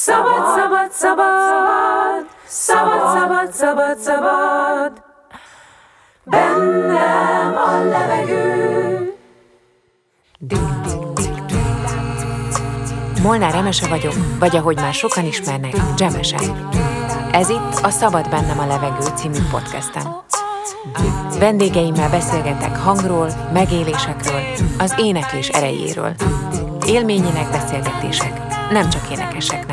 Szabad, szabad, szabad, szabad, szabad, szabad, szabad, bennem a levegő. Molnár Emese vagyok, vagy ahogy már sokan ismernek, Dzsemese. Ez itt a Szabad bennem a levegő című podcastem. Vendégeimmel beszélgetek hangról, megélésekről, az éneklés erejéről. Élményének beszélgetések, nem csak énekeseknek.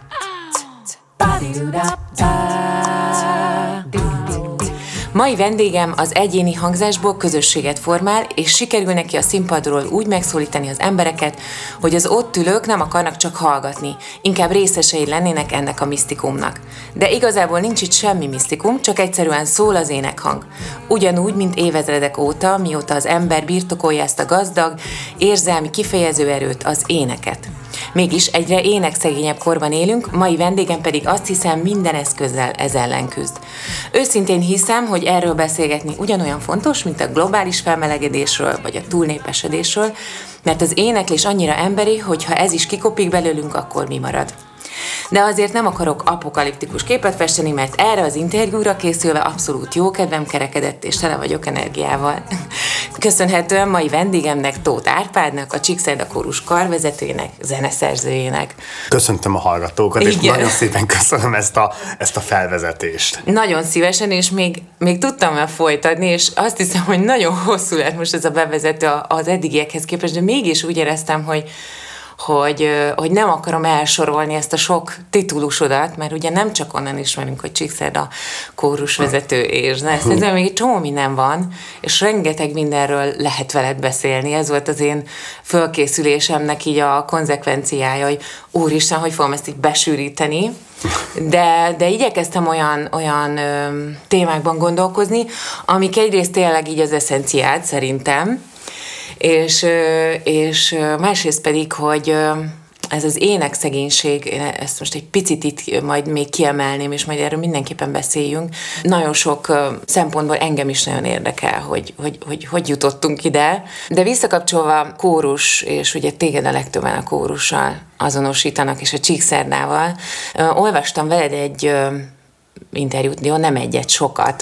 Mai vendégem az egyéni hangzásból közösséget formál, és sikerül neki a színpadról úgy megszólítani az embereket, hogy az ott ülők nem akarnak csak hallgatni, inkább részesei lennének ennek a misztikumnak. De igazából nincs itt semmi misztikum, csak egyszerűen szól az énekhang. Ugyanúgy, mint évezredek óta, mióta az ember birtokolja ezt a gazdag, érzelmi kifejező erőt, az éneket. Mégis egyre énekszegényebb korban élünk, mai vendégem pedig azt hiszem minden eszközzel ez ellen küzd. Őszintén hiszem, hogy erről beszélgetni ugyanolyan fontos, mint a globális felmelegedésről vagy a túlnépesedésről, mert az éneklés annyira emberi, hogy ha ez is kikopik belőlünk, akkor mi marad. De azért nem akarok apokaliptikus képet festeni, mert erre az interjúra készülve abszolút jó kedvem kerekedett, és tele vagyok energiával. Köszönhetően mai vendégemnek, Tóth Árpádnak, a Csíkszereda Kórus karvezetőjének, zeneszerzőjének. Köszöntöm a hallgatókat, és nagyon szépen köszönöm ezt a felvezetést. Nagyon szívesen, és még tudtam már folytatni, és azt hiszem, hogy nagyon hosszú lett most ez a bevezető az eddigiekhez képest, de mégis úgy éreztem, hogy nem akarom elsorolni ezt a sok titulusodat, mert ugye nem csak onnan ismerünk, hogy Csíkszereda kórusvezető és zeneszerző, még egy csomó minden van, és rengeteg mindenről lehet veled beszélni. Ez volt az én fölkészülésemnek így a konzekvenciája, hogy úristen, hogy fogom ezt így besűríteni. De igyekeztem olyan témákban gondolkozni, amik egyrészt tényleg így az eszenciált szerintem, és másrészt pedig, hogy ez az énekszegénység, ezt most egy picit itt majd még kiemelném, és majd erről mindenképpen beszéljünk. Nagyon sok szempontból engem is nagyon érdekel, hogy jutottunk ide. De visszakapcsolva kórus, és ugye téged a legtöbben a kórussal azonosítanak, és a Csíkszerdával, olvastam veled egy interjút, jó, nem egyet, sokat,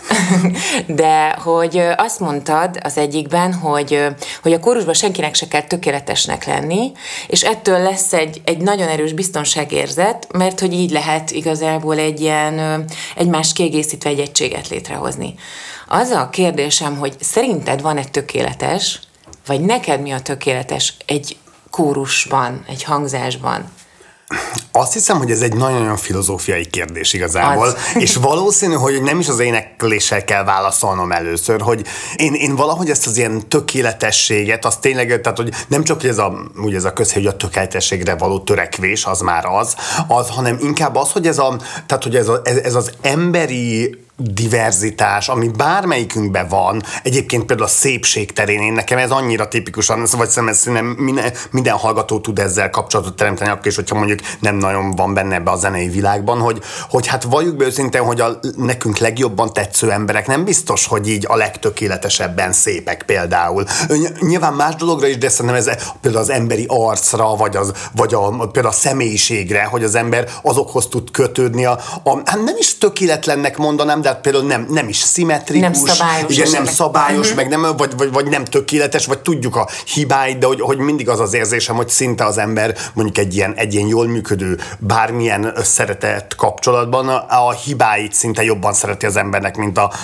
de hogy azt mondtad az egyikben, hogy a kórusban senkinek se kell tökéletesnek lenni, és ettől lesz egy nagyon erős biztonságérzet, mert hogy így lehet igazából egy ilyen egymást kiegészítve egy egységet létrehozni. Az a kérdésem, hogy szerinted van-e tökéletes, vagy neked mi a tökéletes egy kórusban, egy hangzásban? Azt hiszem, hogy ez egy nagyon filozófiai kérdés igazából, és valószínű, hogy nem is az énekléssel kell válaszolnom először, hogy én valahogy ezt az ilyen tökéletességet, az tényleg, tehát hogy nem csak hogy ez a közhely, hogy a tökéletességre való törekvés, az már az, hanem inkább az, hogy ez az emberi diverzitás, ami bármelyikünkben van, egyébként például a szépség terén, nekem ez annyira tipikusan, vagy szerintem minden hallgató tud ezzel kapcsolatot teremteni, akkor is, hogyha mondjuk nem nagyon van benne ebbe a zenei világban, hogy hát valljuk be őszintén, hogy a nekünk legjobban tetsző emberek nem biztos, hogy így a legtökéletesebben szépek például. Nyilván más dologra is, de szerintem ez például az emberi arcra, vagy például a személyiségre, hogy az ember azokhoz tud kötődni, hát nem is tökéletlennek mondanám, de például nem is szimmetrikus, nem szabályos, meg nem, vagy nem tökéletes, vagy tudjuk a hibáit, de hogy mindig az érzésem, hogy szinte az ember mondjuk egy ilyen jól működő bármilyen szeretett kapcsolatban a hibáit szinte jobban szereti az embernek,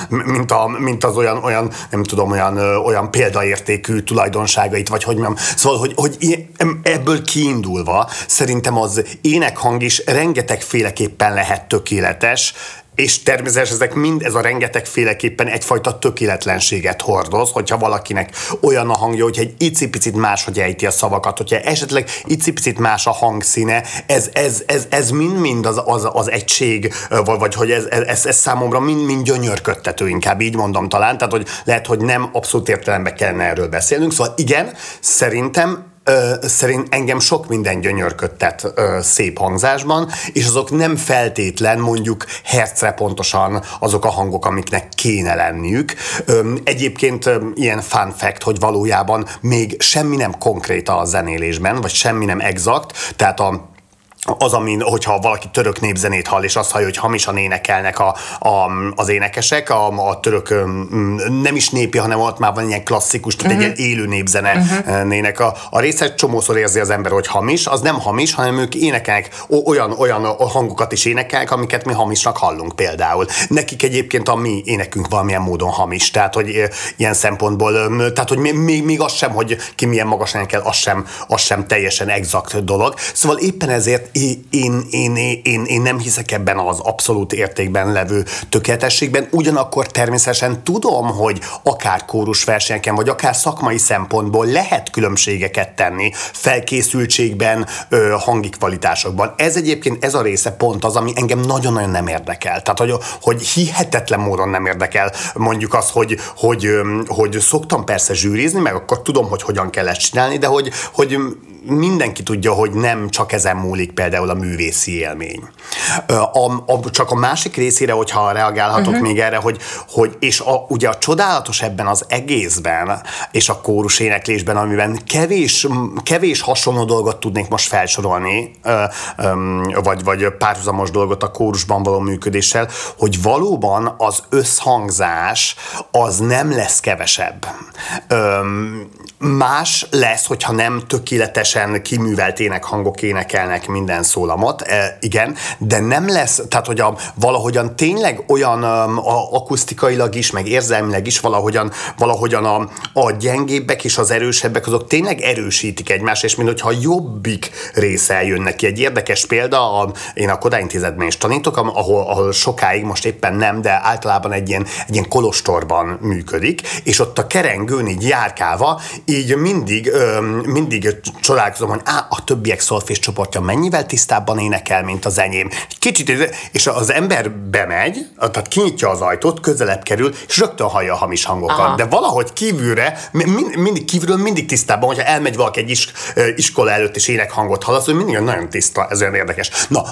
mint az olyan nem tudom, olyan példaértékű tulajdonságait, vagy hogy nem. Szóval, hogy ebből kiindulva szerintem az énekhang is rengetegféleképpen lehet tökéletes, és természetesen ez a rengetegféleképpen egyfajta tökéletlenséget hordoz, hogyha valakinek olyan a hangja, hogyha egy icipicit máshogy ejti a szavakat, hogyha esetleg icipicit más a hangszíne, ez mind az egység, vagy hogy ez számomra mind gyönyörködtető, inkább így mondom talán, tehát hogy lehet, hogy nem abszolút értelemben kellene erről beszélnünk, szóval igen, szerintem szerint engem sok minden gyönyörködtet szép hangzásban, és azok nem feltétlen mondjuk hercre pontosan azok a hangok, amiknek kéne lenniük. Egyébként ilyen fun fact, hogy valójában még semmi nem konkrét a zenélésben, vagy semmi nem exakt, tehát az, hogyha valaki török népzenét hall, és azt hallja, hogy hamisan énekelnek az énekesek, a török nem is népi, hanem ott már van ilyen klasszikus, tehát egy ilyen élő népzenének a része, csomószor érzi az ember, hogy hamis, az nem hamis, hanem ők énekelnek, olyan hangokat is énekelnek, amiket mi hamisnak hallunk például. Nekik egyébként a mi énekünk valamilyen módon hamis, tehát hogy ilyen szempontból, tehát hogy még az sem, hogy ki milyen magas énekel, az sem teljesen exakt dolog. Szóval éppen ezért én nem hiszek ebben az abszolút értékben levő tökéletességben, ugyanakkor természetesen tudom, hogy akár kórusversenyeken, vagy akár szakmai szempontból lehet különbségeket tenni felkészültségben, hangi kvalitásokban. Ez egyébként, ez a része pont az, ami engem nagyon-nagyon nem érdekel. Tehát, hogy hihetetlen módon nem érdekel mondjuk az, hogy szoktam persze zsűrizni, meg akkor tudom, hogy hogyan kell ezt csinálni, de hogy mindenki tudja, hogy nem csak ezen múlik például a művészi élmény. Csak a másik részére, hogyha reagálhatok még erre, hogy és ugye a csodálatos ebben az egészben, és a kórus éneklésben, amiben kevés hasonló dolgot tudnék most felsorolni, vagy párhuzamos dolgot a kórusban való működéssel, hogy valóban az összhangzás az nem lesz kevesebb. Más lesz, hogyha nem tökéletesen kiművelt énekhangok énekelnek minden szólamot, igen, de nem lesz, tehát hogy valahogyan tényleg olyan akusztikailag is, meg érzelmileg is valahogyan a gyengébbek és az erősebbek azok tényleg erősítik egymást, és mintha a jobbik része jön neki. Egy érdekes példa, én a Kodály Intézetben is tanítok, ahol sokáig, most éppen nem, de általában egy ilyen kolostorban működik, és ott a kerengőn így járkálva így mindig csodálkozom, hogy a többiek szolfés csoportja mennyivel tisztábban énekel, mint az enyém. Kicsit, és az ember bemegy, tehát kinyitja az ajtót, közelebb kerül, és rögtön hallja a hamis hangokat. Aha. De valahogy kívülről mindig tisztában, hogyha elmegy valaki egy iskola előtt, és énekhangot hallasz, hogy mindig nagyon tiszta, ez olyan érdekes. Na,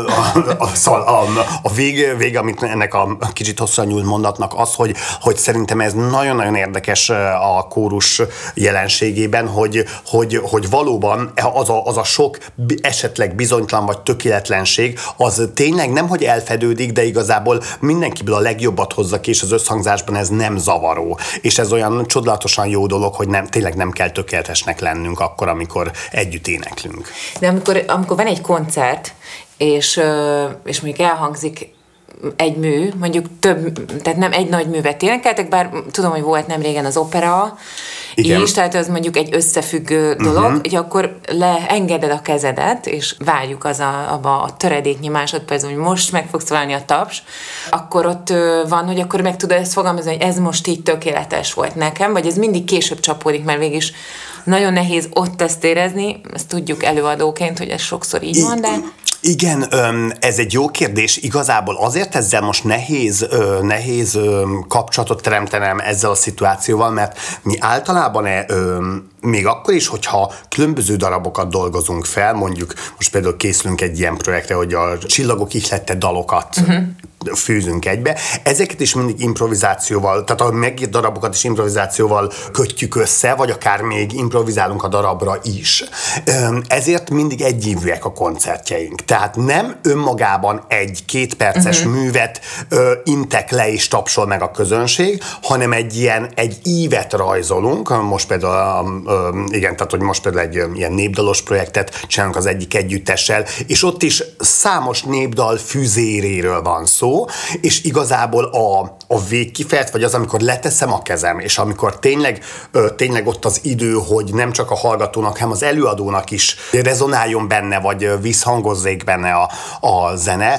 a vége, amit ennek a kicsit hosszan nyúlt mondatnak az, hogy szerintem ez nagyon-nagyon érdekes a kórus jelenségében, hogy valóban az a sok esetleg bizonytalan vagy tökéletlenség, az tényleg nem, hogy elfedődik, de igazából mindenkiből a legjobbat hozza ki, és az összhangzásban ez nem zavaró. És ez olyan csodálatosan jó dolog, hogy tényleg nem kell tökéletesnek lennünk akkor, amikor együtt éneklünk. De amikor van egy koncert, és mondjuk elhangzik egy mű, mondjuk tehát nem egy nagy művet énekeltek, bár tudom, hogy volt nem régen az opera, igen. És tehát az mondjuk egy összefüggő dolog, hogy akkor leengeded a kezedet, és várjuk abba a töredéknyi másodpercben, hogy most meg fogsz válni a taps, akkor ott van, hogy akkor meg tudod ezt fogalmazni, hogy ez most így tökéletes volt nekem, vagy ez mindig később csapódik, mert végig nagyon nehéz ott ezt érezni, ezt tudjuk előadóként, hogy ez sokszor így van, de... Igen, ez egy jó kérdés. Igazából azért ezzel most nehéz kapcsolatot teremtenem ezzel a szituációval, mert mi általában még akkor is, hogyha különböző darabokat dolgozunk fel, mondjuk most például készülünk egy ilyen projektre, hogy a Csillagok ihlette dalokat fűzünk egybe. Ezeket is mindig improvizációval, tehát a megírt darabokat is improvizációval kötjük össze, vagy akár még improvizálunk a darabra is. Ezért mindig egyívűek a koncertjeink. Tehát nem önmagában egy 2 perces művet intek le és tapsol meg a közönség, hanem egy ívet rajzolunk. Most például igen, tehát hogy most például egy ilyen népdalos projektet csinálunk az egyik együttessel, és ott is számos népdal füzéréről van szó, és igazából a végkifejlet, vagy az, amikor leteszem a kezem, és amikor tényleg ott az idő, hogy nem csak a hallgatónak, hanem az előadónak is rezonáljon benne, vagy visszhangozzék benne a zene,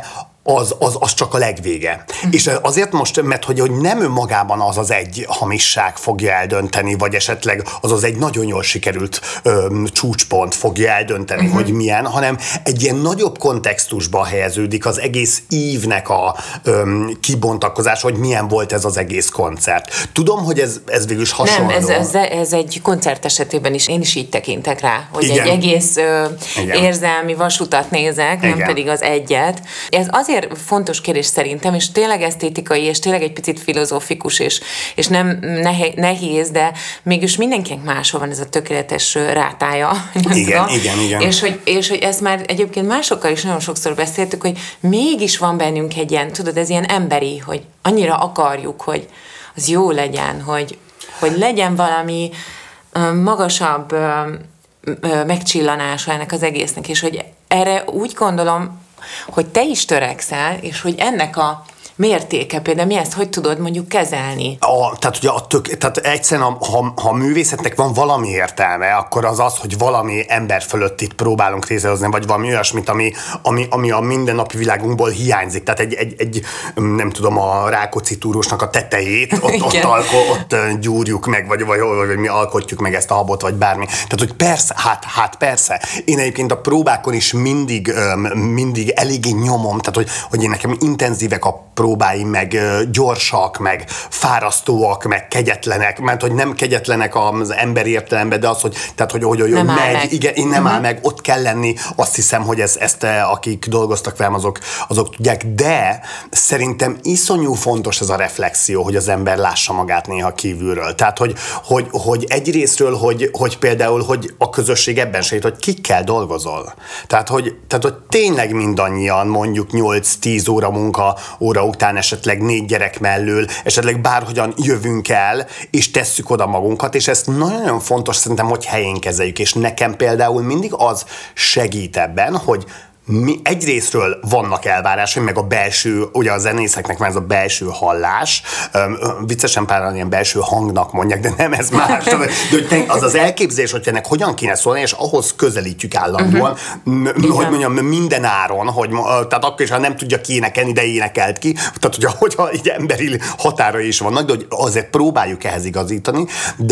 az csak a legvége. És azért most, mert hogy nem önmagában az egy hamisság fogja eldönteni, vagy esetleg az egy nagyon jól sikerült csúcspont fogja eldönteni, hogy milyen, hanem egy ilyen nagyobb kontextusba helyeződik az egész ívnek a kibontakozás, hogy milyen volt ez az egész koncert. Tudom, hogy ez végül is hasonló. Nem, ez egy koncert esetében is, én is így tekintek rá, hogy igen. Egy egész érzelmi vasutat nézek, nem igen. pedig az egyet. Ez azért azért fontos kérdés szerintem, és tényleg esztétikai, és tényleg egy picit filozófikus, és nem nehéz, de mégis mindenkinek máshol van ez a tökéletes rátája. Igen. És hogy ezt már egyébként másokkal is nagyon sokszor beszéltük, hogy mégis van bennünk egy ilyen, tudod, ez ilyen emberi, hogy annyira akarjuk, hogy az jó legyen, hogy legyen valami magasabb megcsillanása ennek az egésznek, és hogy erre úgy gondolom, hogy te is törekszel, és hogy ennek a mértéke például mi ezt hogy tudod mondjuk kezelni? Tehát egyszerűen, ha a művészetnek van valami értelme, akkor az, hogy valami ember fölött itt próbálunk részehozni, vagy valami olyasmit, ami a mindennapi világunkból hiányzik. Tehát egy nem tudom, a Rákóczi túrósnak a tetejét, ott gyúrjuk meg, vagy mi alkotjuk meg ezt a habot, vagy bármi. Tehát, hogy persze, hát persze. Én egyébként a próbákon is mindig eléggé nyomom, tehát, hogy én nekem intenzívek a próbáim, meg gyorsak, meg fárasztóak, meg kegyetlenek, mert hogy nem kegyetlenek az emberi értelemben, de az, hogy nem megy, igen, én nem áll meg, ott kell lenni, azt hiszem, hogy ezt akik dolgoztak velem, azok tudják, de szerintem iszonyú fontos ez a reflexió, hogy az ember lássa magát néha kívülről. Tehát, hogy egyrésztről, hogy például, hogy a közösség ebben segít, hogy kikkel dolgozol. Tehát, hogy tényleg mindannyian mondjuk 8-10 óra után esetleg 4 gyerek mellől, esetleg bárhogyan jövünk el, és tesszük oda magunkat, és ez nagyon fontos szerintem, hogy helyén kezeljük, és nekem például mindig az segít ebben, hogy egyrésztről vannak elvárásai, meg a belső, ugye a zenészeknek van ez a belső hallás, viccesen páran ilyen belső hangnak mondják, de nem ez más. De az az elképzelés, hogy ennek hogyan kéne szólni, és ahhoz közelítjük állandóan, hogy mondjam, minden áron, tehát akkor is, ha nem tudja ki énekelni, de énekelt ki, tehát hogyha így emberi határai is vannak, de hogy azért próbáljuk ehhez igazítani,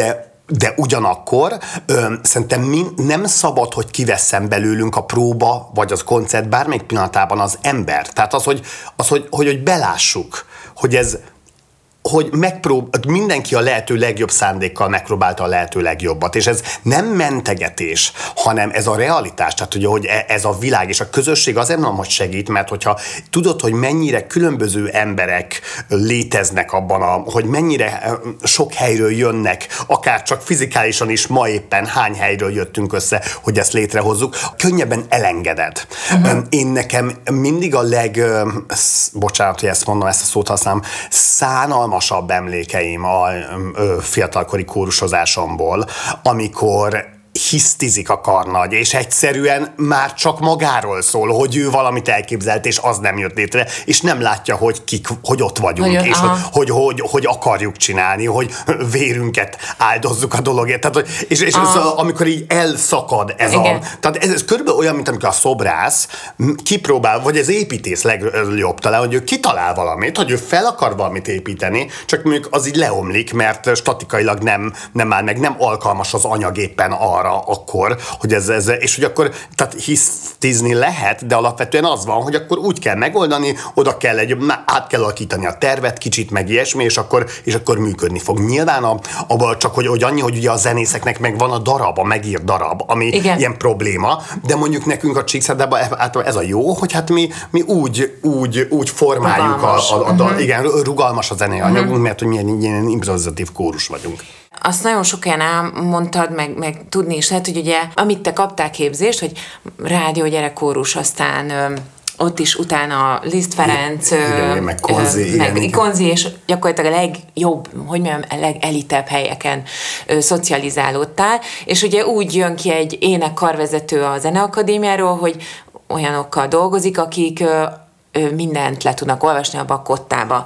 de ugyanakkor szerintem nem szabad, hogy kivesszem belőlünk a próba, vagy az koncert bármelyik pillanatában az ember. Tehát hogy belássuk, hogy ez, hogy mindenki a lehető legjobb szándékkal megpróbálta a lehető legjobbat, és ez nem mentegetés, hanem ez a realitás, tehát ugye, hogy ez a világ, és a közösség azért nem, hogy segít, mert hogyha tudod, hogy mennyire különböző emberek léteznek abban, hogy mennyire sok helyről jönnek, akár csak fizikálisan is ma éppen hány helyről jöttünk össze, hogy ezt létrehozzuk, könnyebben elengeded. Én nekem mindig a bocsánat, hogy ezt mondom, ezt a szót használom, szánalmasabb emlékeim a fiatalkori kórusozásomból, amikor hisztizik a karnagy, és egyszerűen már csak magáról szól, hogy ő valamit elképzelt, és az nem jött létre, és nem látja, hogy ott vagyunk, és hogy akarjuk csinálni, hogy vérünket áldozzuk a dologért. Tehát, és ez, amikor így elszakad ez tehát ez körülbelül olyan, mint amikor a szobrász kipróbál, vagy az építész legjobb talán, hogy ő kitalál valamit, hogy ő fel akar valamit építeni, csak mondjuk az így leomlik, mert statikailag nem áll meg, nem alkalmas az anyag éppen arra akkor, hogy ez és hogy akkor, tehát hisztizni lehet, de alapvetően az van, hogy akkor úgy kell megoldani, oda kell át kell alakítani a tervet kicsit, meg ilyesmi, és akkor működni fog. Nyilván csak hogy annyi, hogy ugye a zenészeknek meg van a darab, a megírt darab, ami ilyen probléma, de mondjuk nekünk a Csíkszeredában ez a jó, hogy hát mi úgy formáljuk rugalmas a zenei anyagunk, mert hogy milyen ilyen improvizatív kórus vagyunk. Azt nagyon sok helyen elmondtad, meg tudni is lehet, hogy ugye, amit te kaptál képzést, hogy rádió gyerekkórus, aztán ott is utána Liszt Ferenc, meg Konzi, és gyakorlatilag a legjobb, hogy mondjam, a legelitebb helyeken szocializálódtál, és ugye úgy jön ki egy énekkarvezető a Zeneakadémiáról, hogy olyanokkal dolgozik, akik mindent le tudnak olvasni abba a kottába.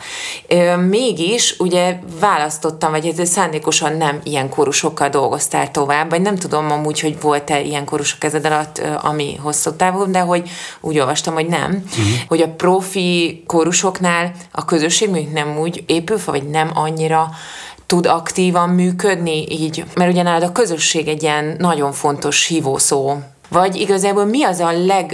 Mégis ugye választottam, vagy ez szándékosan nem ilyen kórusokkal dolgoztál tovább, vagy nem tudom amúgy, hogy volt-e ilyen kórus a kezed alatt, ami hosszú távú, de hogy úgy olvastam, hogy nem. Hogy a profi kórusoknál a közösség mondjuk nem úgy épül fel, vagy nem annyira tud aktívan működni így, mert ugye nálad a közösség egy ilyen nagyon fontos hívószó. Vagy igazából mi az a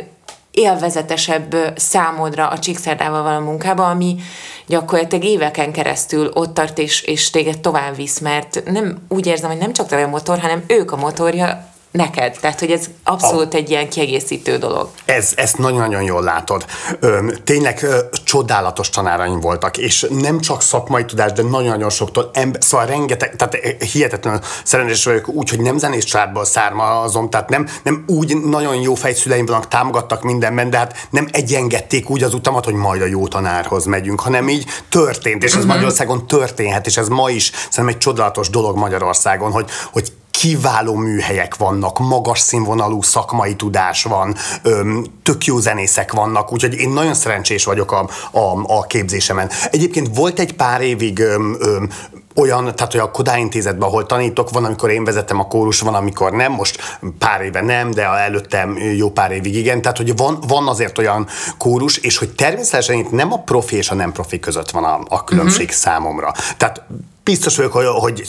élvezetesebb számodra a Csíkszerdával való munkában, ami gyakorlatilag éveken keresztül ott tart és téged tovább visz, mert nem úgy érzem, hogy nem csak te vagy a motor, hanem ők a motorja neked. Tehát, hogy ez abszolút egy ilyen kiegészítő dolog. Ezt nagyon-nagyon jól látod. Tényleg csodálatos tanáraim voltak, és nem csak szakmai tudás, de nagyon-nagyon soktól szóval rengeteg, tehát hihetetlenül szerencsés vagyok úgy, hogy nem zenés családból származom, tehát nem úgy nagyon jó fejszüleim vannak, támogattak mindenben, de hát nem egyengették úgy az utamat, hogy majd a jó tanárhoz megyünk, hanem így történt, és ez Magyarországon történhet, és ez ma is szerintem egy csodálatos dolog Magyarországon, hogy kiváló műhelyek vannak, magas színvonalú szakmai tudás van, tök jó zenészek vannak, úgyhogy én nagyon szerencsés vagyok a képzésemen. Egyébként volt egy pár évig olyan, tehát hogy a Kodály Intézetben, ahol tanítok, van, amikor én vezetem a kórus, van, amikor nem, most pár éve nem, de előttem jó pár évig igen, tehát hogy van azért olyan kórus, és hogy természetesen itt nem a profi és a nem profi között van a különbség számomra. Tehát biztos vagyok, hogy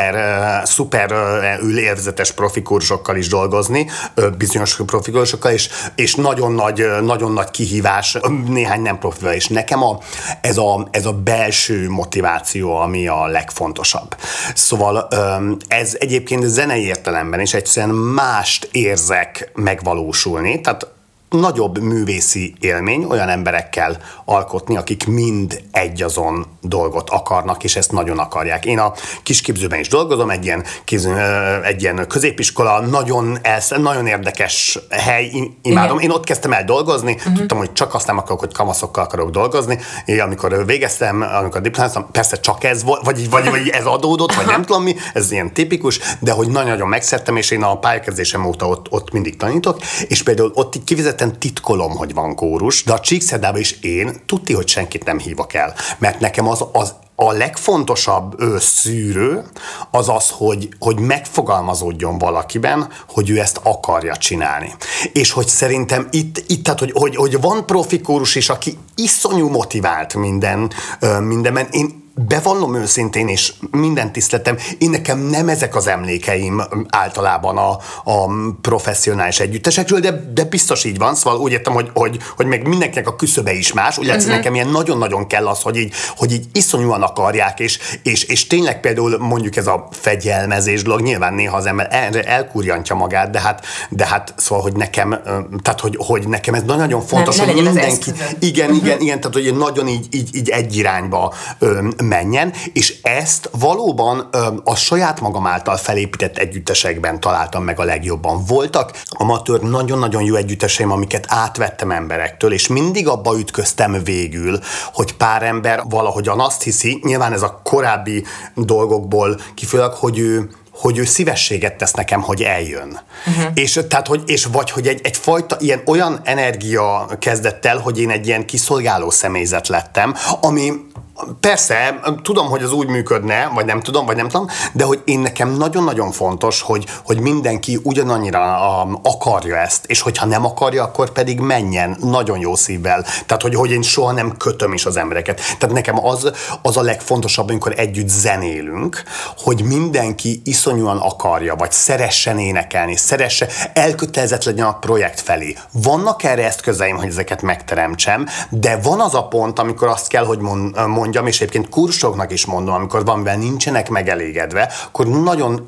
szuper élvezetes profikórusokkal is dolgozni, bizonyos profikórusokkal, és nagyon nagy kihívás néhány nem profival is. Nekem ez a belső motiváció, ami a legfontosabb. Szóval ez egyébként zenei értelemben is egyszerűen mást érzek megvalósulni, tehát nagyobb művészi élmény olyan emberekkel alkotni, akik mind egyazon dolgot akarnak, és ezt nagyon akarják. Én a Kisképzőben is dolgozom, egy ilyen középiskola, nagyon érdekes hely, imádom. Igen. Én ott kezdtem el dolgozni, tudtam, hogy csak azt nem akarok, hogy kamaszokkal akarok dolgozni. Én, amikor végeztem, amikor diplomáztam, persze csak ez volt, vagy ez adódott, vagy nem tudom mi, ez ilyen tipikus, de hogy nagyon-nagyon megszerettem, és én a pályakezdésem óta ott mindig tanítok, és például ott így kifizetem, titkolom, hogy van kórus, de a Csíkszerdában is én tudti, hogy senkit nem hívok el. Mert nekem a legfontosabb szűrő az, hogy megfogalmazódjon valakiben, hogy ő ezt akarja csinálni. És hogy szerintem itt tehát, hogy van profi kórus is, aki iszonyú motivált mindenben. Én bevallom őszintén, és minden tiszteletem, én nekem nem ezek az emlékeim általában a professzionális együttesekről, de biztos így van, szóval úgy értem, hogy meg mindenkinek a küszöbe is más, úgy látszik, nekem ilyen nagyon-nagyon kell az, hogy így iszonyúan akarják, és tényleg például mondjuk ez a fegyelmezés dolog, nyilván néha az ember elkurjantja magát, de hát szóval, hogy nekem, tehát hogy nekem ez nagyon fontos, hogy mindenki, igen, tehát hogy nagyon így egy irányba menjen, és ezt valóban a saját magam által felépített együttesekben találtam meg a legjobban. Voltak amatőr nagyon-nagyon jó együtteseim, amiket átvettem emberektől, és mindig abba ütköztem végül, hogy pár ember valahogyan azt hiszi, nyilván ez a korábbi dolgokból kifolyólag, hogy ő szívességet tesz nekem, hogy eljön. És tehát, hogy egyfajta ilyen olyan energia kezdett el, hogy én egy ilyen kiszolgáló személyzet lettem, ami persze, tudom, hogy az úgy működne, vagy nem tudom, de hogy én nekem nagyon-nagyon fontos, hogy mindenki ugyanannyira akarja ezt, és hogyha nem akarja, akkor pedig menjen nagyon jó szívvel. Tehát, hogy én soha nem kötöm is az embereket. Tehát nekem az a legfontosabb, amikor együtt zenélünk, hogy mindenki iszonyúan akarja, vagy szeressen énekelni, elkötelezett legyen a projekt felé. Vannak erre eszközeim, hogy ezeket megteremtsem, de van az a pont, amikor azt kell, hogy mondjam, és egyébként kursoknak is mondom, amikor valamivel nincsenek megelégedve, akkor nagyon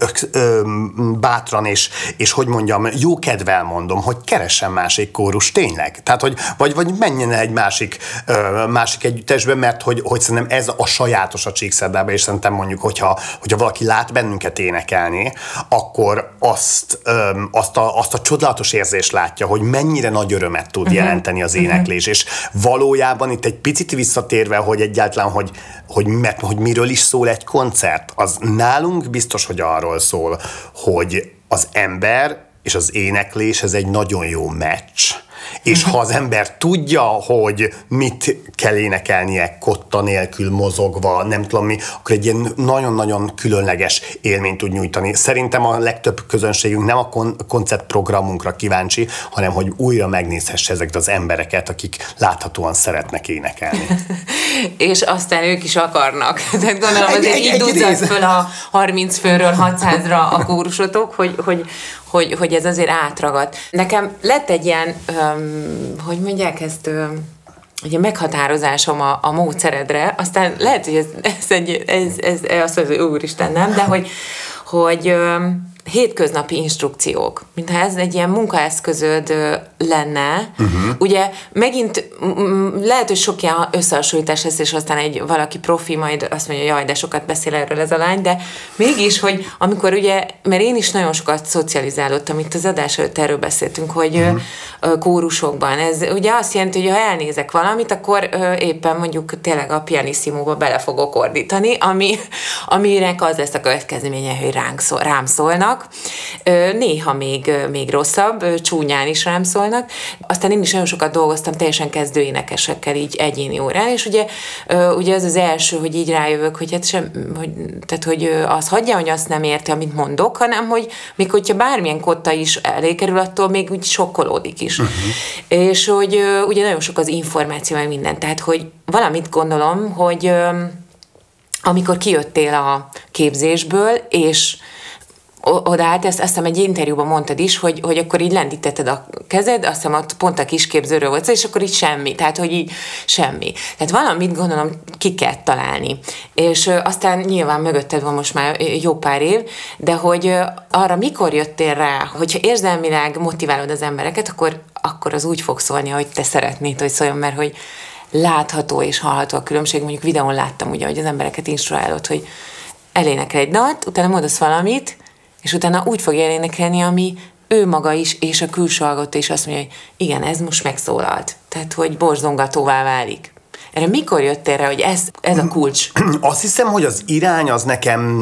bátran és hogy mondjam, jó kedvel mondom, hogy keressen másik kórus, tényleg. Tehát, vagy menjen el egy másik együttesbe, mert hogy szerintem ez a sajátos a Csíkszerdában, és szerintem mondjuk, hogyha valaki lát bennünket énekelni, akkor azt a csodálatos érzést látja, hogy mennyire nagy örömet tud jelenteni az éneklés, és valójában itt egy picit visszatérve, hogy egyáltalán, hogy miről is szól egy koncert, az nálunk biztos, hogy arról szól, hogy az ember és az éneklés, ez egy nagyon jó meccs. És ha az ember tudja, hogy mit kell énekelnie kotta nélkül, mozogva, nem tudom mi, akkor egy ilyen nagyon-nagyon különleges élményt tud nyújtani. Szerintem a legtöbb közönségünk nem a koncertprogramunkra kíváncsi, hanem hogy újra megnézhesse ezeket az embereket, akik láthatóan szeretnek énekelni. És aztán ők is akarnak. Tehát gondolom, azért így duzzad föl a 30 főről 600-ra a kórusotok, hogy ez azért átragad. Nekem lett egy ilyen, hogy mondják ezt, ugye meghatározásom a módszeredre, aztán lehet, hogy ez azt mondja, hogy úristen, nem, de hogy hétköznapi instrukciók, mintha ez egy ilyen munkaeszközöd lenne. Ugye megint lehet, hogy sok ilyen összehasonlítás lesz, és aztán valaki profi majd azt mondja, jaj, de sokat beszél erről ez a lány, de mégis, hogy amikor ugye, mert én is nagyon sokat szocializálódtam, itt az adás előtt erről beszéltünk, hogy kórusokban. Ez ugye azt jelenti, hogy ha elnézek valamit, akkor éppen mondjuk tényleg a pianissimóba bele fogok ordítani, aminek az lesz a következménye, hogy rám szólnak. Néha még rosszabb, csúnyán is rám szólnak. Aztán én is nagyon sokat dolgoztam teljesen kezdő énekesekkel így egyéni órán, és ugye az az első, hogy így rájövök, hogy hogy az hagyja, hogy azt nem érti, amit mondok, hanem hogy még hogyha bármilyen kotta is elé kerül, attól még úgy sokkolódik is. És hogy ugye nagyon sok az információ, meg minden. Tehát, hogy valamit gondolom, hogy amikor kijöttél a képzésből, és odaállt, azt hiszem egy interjúban mondtad is, hogy akkor így lendítetted a kezed, azt hiszem ott pont a kisképzőről volt, és akkor így semmi, tehát hogy így semmi. Tehát valamit gondolom ki kell találni. És aztán nyilván mögötted van most már jó pár év, de hogy arra mikor jöttél rá, hogyha érzelmileg motiválod az embereket, akkor az úgy fog szólni, hogy te szeretnéd, hogy szóljon, mert hogy látható és hallható a különbség. Mondjuk videón láttam ugye, hogy az embereket instruálod, hogy elénekel egy dalt, utána mondasz valamit, és utána úgy fogja elénekelni, ami ő maga is, és a külső hallgató is azt mondja, hogy igen, ez most megszólalt. Tehát, hogy borzongatóvá válik. Erre mikor jöttél rá, hogy ez a kulcs? Azt hiszem, hogy az irány az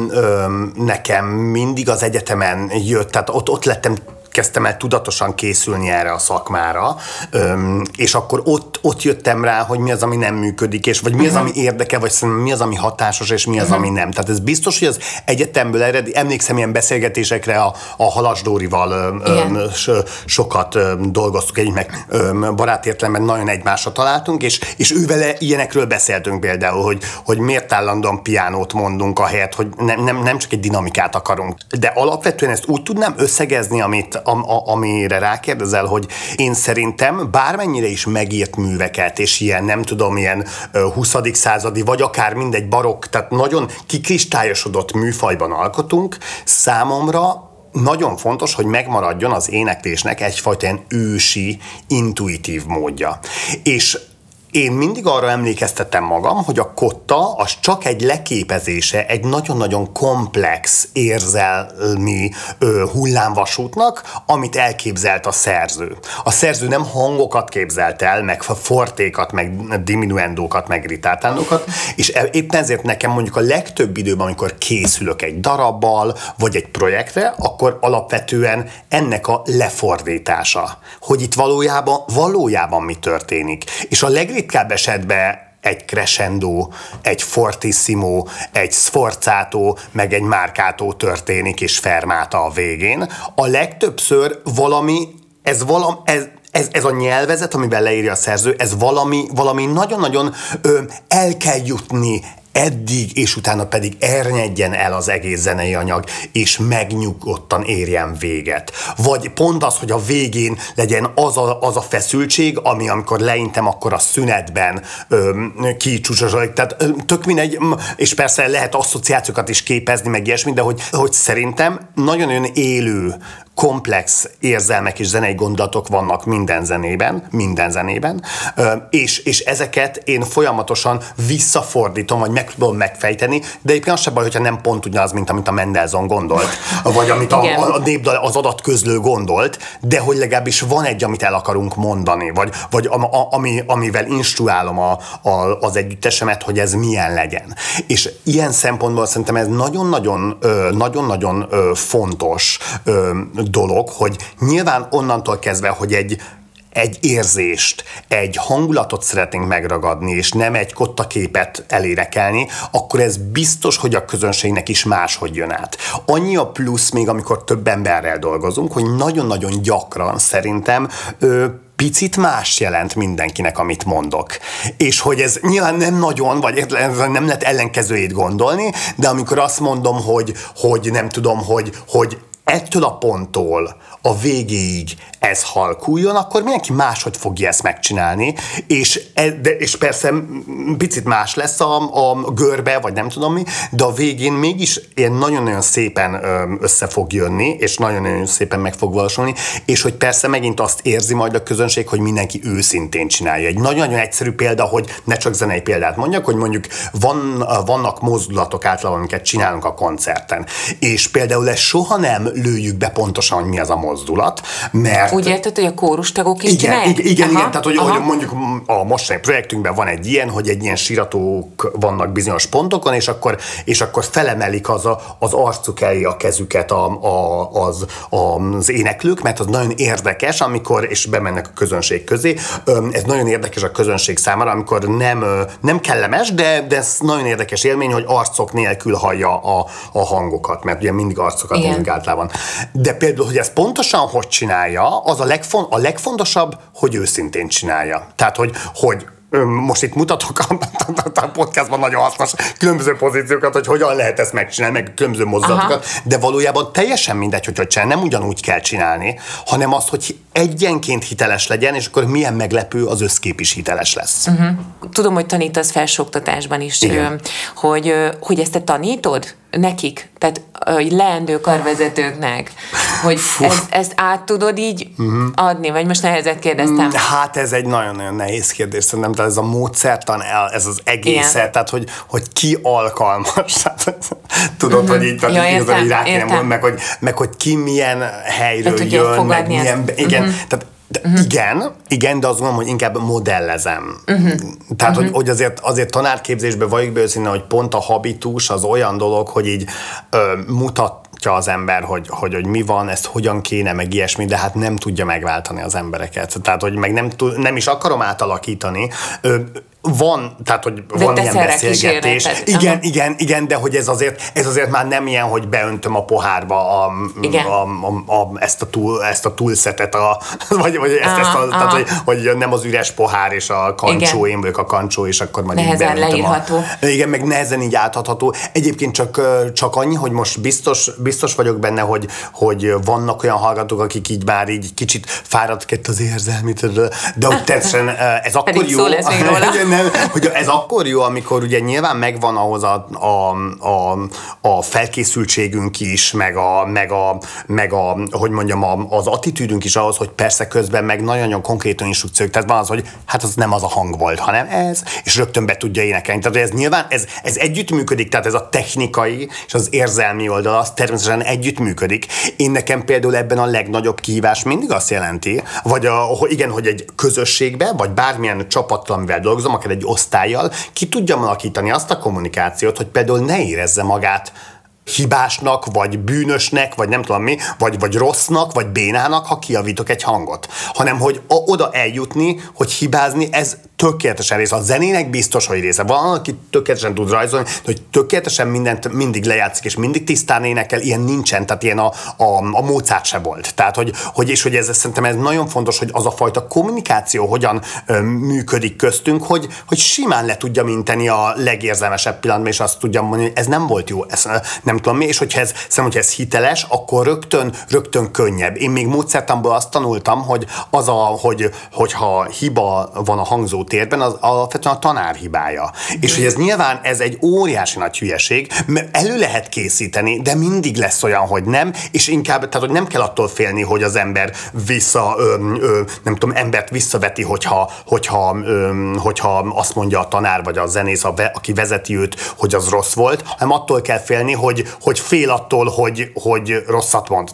nekem mindig az egyetemen jött, tehát ott kezdtem el tudatosan készülni erre a szakmára, és akkor ott jöttem rá, hogy mi az, ami nem működik, és vagy mi az, ami érdekel, vagy mi az, ami hatásos, és mi az, ami nem. Tehát ez biztos, hogy az egyetemből emlékszem ilyen beszélgetésekre a Halas Dórival sokat dolgoztuk együtt, meg barátértelemben nagyon egymásra találtunk, és ővele ilyenekről beszéltünk például, hogy miért állandóan piánót mondunk ahelyett, hogy nem csak egy dinamikát akarunk. De alapvetően ezt úgy tudnám összegezni, amire rákérdezel, hogy én szerintem bármennyire is megírt műveket, és ilyen 20. századi, vagy akár mindegy barokk, tehát nagyon kikristályosodott műfajban alkotunk, számomra nagyon fontos, hogy megmaradjon az éneklésnek egyfajta ilyen ősi, intuitív módja. És én mindig arra emlékeztetem magam, hogy a kotta az csak egy leképezése egy nagyon-nagyon komplex érzelmi hullámvasútnak, amit elképzelt a szerző. A szerző nem hangokat képzelt el, meg fortékat, meg diminuendókat, meg ritátándokat, és éppen ezért nekem mondjuk a legtöbb időben, amikor készülök egy darabbal, vagy egy projektre, akkor alapvetően ennek a lefordítása, hogy itt valójában mi történik. És a legritkább esetben egy crescendo, egy fortissimo, egy sforzato, meg egy marcato történik, és fermata a végén. A legtöbbször ez a nyelvezet, amiben leírja a szerző, ez valami nagyon-nagyon el kell jutni eddig, és utána pedig ernyedjen el az egész zenei anyag, és megnyugodtan érjen véget. Vagy pont az, hogy a végén legyen az a feszültség, ami amikor leintem, akkor a szünetben kicsúcsosodik. Tehát tök mindegy, és persze lehet asszociációkat is képezni, meg ilyesmi, de hogy szerintem nagyon élő, komplex érzelmek és zenei gondolatok vannak minden zenében, és ezeket én folyamatosan visszafordítom, vagy meg tudom megfejteni, de egyébként az sem baj, hogyha nem pont ugyanaz, mint amit a Mendelssohn gondolt, vagy amit a népdal, az adatközlő gondolt, de hogy legalábbis van egy, amit el akarunk mondani, vagy amivel instruálom az együttesemet, hogy ez milyen legyen. És ilyen szempontból szerintem ez nagyon-nagyon fontos dolog, hogy nyilván onnantól kezdve, hogy egy érzést, egy hangulatot szeretnénk megragadni, és nem egy kottaképet elénekelni, akkor ez biztos, hogy a közönségnek is máshogy jön át. Annyi a plusz még, amikor több emberrel dolgozunk, hogy nagyon-nagyon gyakran szerintem picit más jelent mindenkinek, amit mondok. És hogy ez nyilván nem nagyon, vagy nem lehet ellenkezőjét gondolni, de amikor azt mondom, hogy nem tudom, hogy ettől a ponttól a végéig ez halkuljon, akkor mindenki máshogy fogja ezt megcsinálni, és persze picit más lesz a görbe, vagy nem tudom mi, de a végén mégis ilyen nagyon-nagyon szépen össze fog jönni, és nagyon-nagyon szépen meg fog valósulni, és hogy persze megint azt érzi majd a közönség, hogy mindenki őszintén csinálja. Egy nagyon-nagyon egyszerű példa, hogy ne csak zenei példát mondjak, hogy mondjuk vannak mozdulatok általában, amiket csinálunk a koncerten, és például ezt soha nem lőjük be pontosan, hogy mi az a mozdulat, mert... Úgy érted, hogy a kórustagok is csinálják? Igen, tehát hogy mondjuk a mostani projektünkben van egy ilyen, hogy egy ilyen síratók vannak bizonyos pontokon, és akkor felemelik az arcuk elé a kezüket az éneklők, mert az nagyon érdekes, amikor, és bemennek a közönség közé, ez nagyon érdekes a közönség számára, amikor nem kellemes, de ez nagyon érdekes élmény, hogy arcok nélkül hallja a hangokat, mert ugye mindig arcokat mondjuk általában. De például, hogy ezt pontosan hogy csinálja, az a legfontosabb, hogy őszintén csinálja. Tehát, hogy most itt mutatok a podcastban nagyon hasznos különböző pozíciókat, hogy hogyan lehet ezt megcsinálni, meg különböző mozdulatokat, de valójában teljesen mindegy, hogy csinálni, nem ugyanúgy kell csinálni, hanem az, hogy egyenként hiteles legyen, és akkor milyen meglepő, az összkép is hiteles lesz. Tudom, hogy tanítasz felsőoktatásban is, hogy ezt te tanítod nekik, tehát leendő karvezetőknek, hogy ezt át tudod így adni, vagy most nehezet kérdeztem? Hát ez egy nagyon-nagyon nehéz kérdés, szerintem, tehát ez a módszertan, ez az egészet, tehát hogy ki alkalmas, tudod, hogy így igazán rá kéne mondani, meg hogy ki milyen helyről jön, meg milyen, igen, tehát igen, de azt gondolom, hogy inkább modellezem. Tehát, hogy azért tanárképzésben vagyok be őszintén, hogy pont a habitus az olyan dolog, hogy így mutatja az ember, hogy mi van, ezt hogyan kéne, meg ilyesmi, de hát nem tudja megváltani az embereket. Tehát, hogy meg nem is akarom átalakítani. Van, tehát, hogy de van ilyen beszélgetés. Igen, de hogy ez azért már nem ilyen, hogy beöntöm a pohárba ezt a túlszetet, vagy tehát, hogy nem az üres pohár és a kancsó, én vagyok a kancsó, és akkor majd nehezen leírható. Igen, meg nehezen így átadható. Egyébként csak annyi, hogy most biztos vagyok benne, hogy vannak olyan hallgatók, akik így már így kicsit fáradtként az érzelmit, de hogy természetesen ez akkor pedig jó. Hogy ez akkor jó, amikor ugye nyilván megvan ahhoz a felkészültségünk is, meg hogy mondjam, az attitűdünk is ahhoz, hogy persze közben meg nagyon-nagyon konkrét instrukciók, tehát van az, hogy hát az nem az a hang volt, hanem ez, és rögtön be tudja énekelni. Tehát ez nyilván, ez együttműködik, tehát ez a technikai és az érzelmi oldal, az természetesen együttműködik. Én nekem például ebben a legnagyobb kihívás mindig azt jelenti, hogy egy közösségbe, vagy bármilyen csapattal, amivel dolgozom, akár egy osztállyal, ki tudjam alakítani azt a kommunikációt, hogy például ne érezze magát hibásnak, vagy bűnösnek, vagy nem tudom mi, vagy rossznak, vagy bénának, ha kijavítok egy hangot. Hanem, hogy oda eljutni, hogy hibázni, ez tökéletesen része. A zenének biztos, hogy része. Van, aki tökéletesen tud rajzolni, de hogy tökéletesen mindent mindig lejátszik, és mindig tisztán énekel, ilyen nincsen, tehát ilyen a Mozart se volt. Tehát, hogy ez szerintem ez nagyon fontos, hogy az a fajta kommunikáció hogyan működik köztünk, hogy simán le tudja minteni a legérzelmesebb pillanatban, és azt tudja mondani, hogy ez nem volt jó, ez nem tudom mi, és hogyha ez hiteles, akkor rögtön könnyebb. Én még módszertanból azt tanultam, hogy hogyha hiba van a hangzótérben, az alapvetően a tanár hibája. És hogy ez nyilván ez egy óriási nagy hülyeség, mert elő lehet készíteni, de mindig lesz olyan, hogy nem, és inkább, tehát hogy nem kell attól félni, hogy az ember embert visszaveti, hogyha azt mondja a tanár, vagy a zenész, aki vezeti őt, hogy az rossz volt, hanem attól kell félni, hogy fél attól, hogy rosszat mond.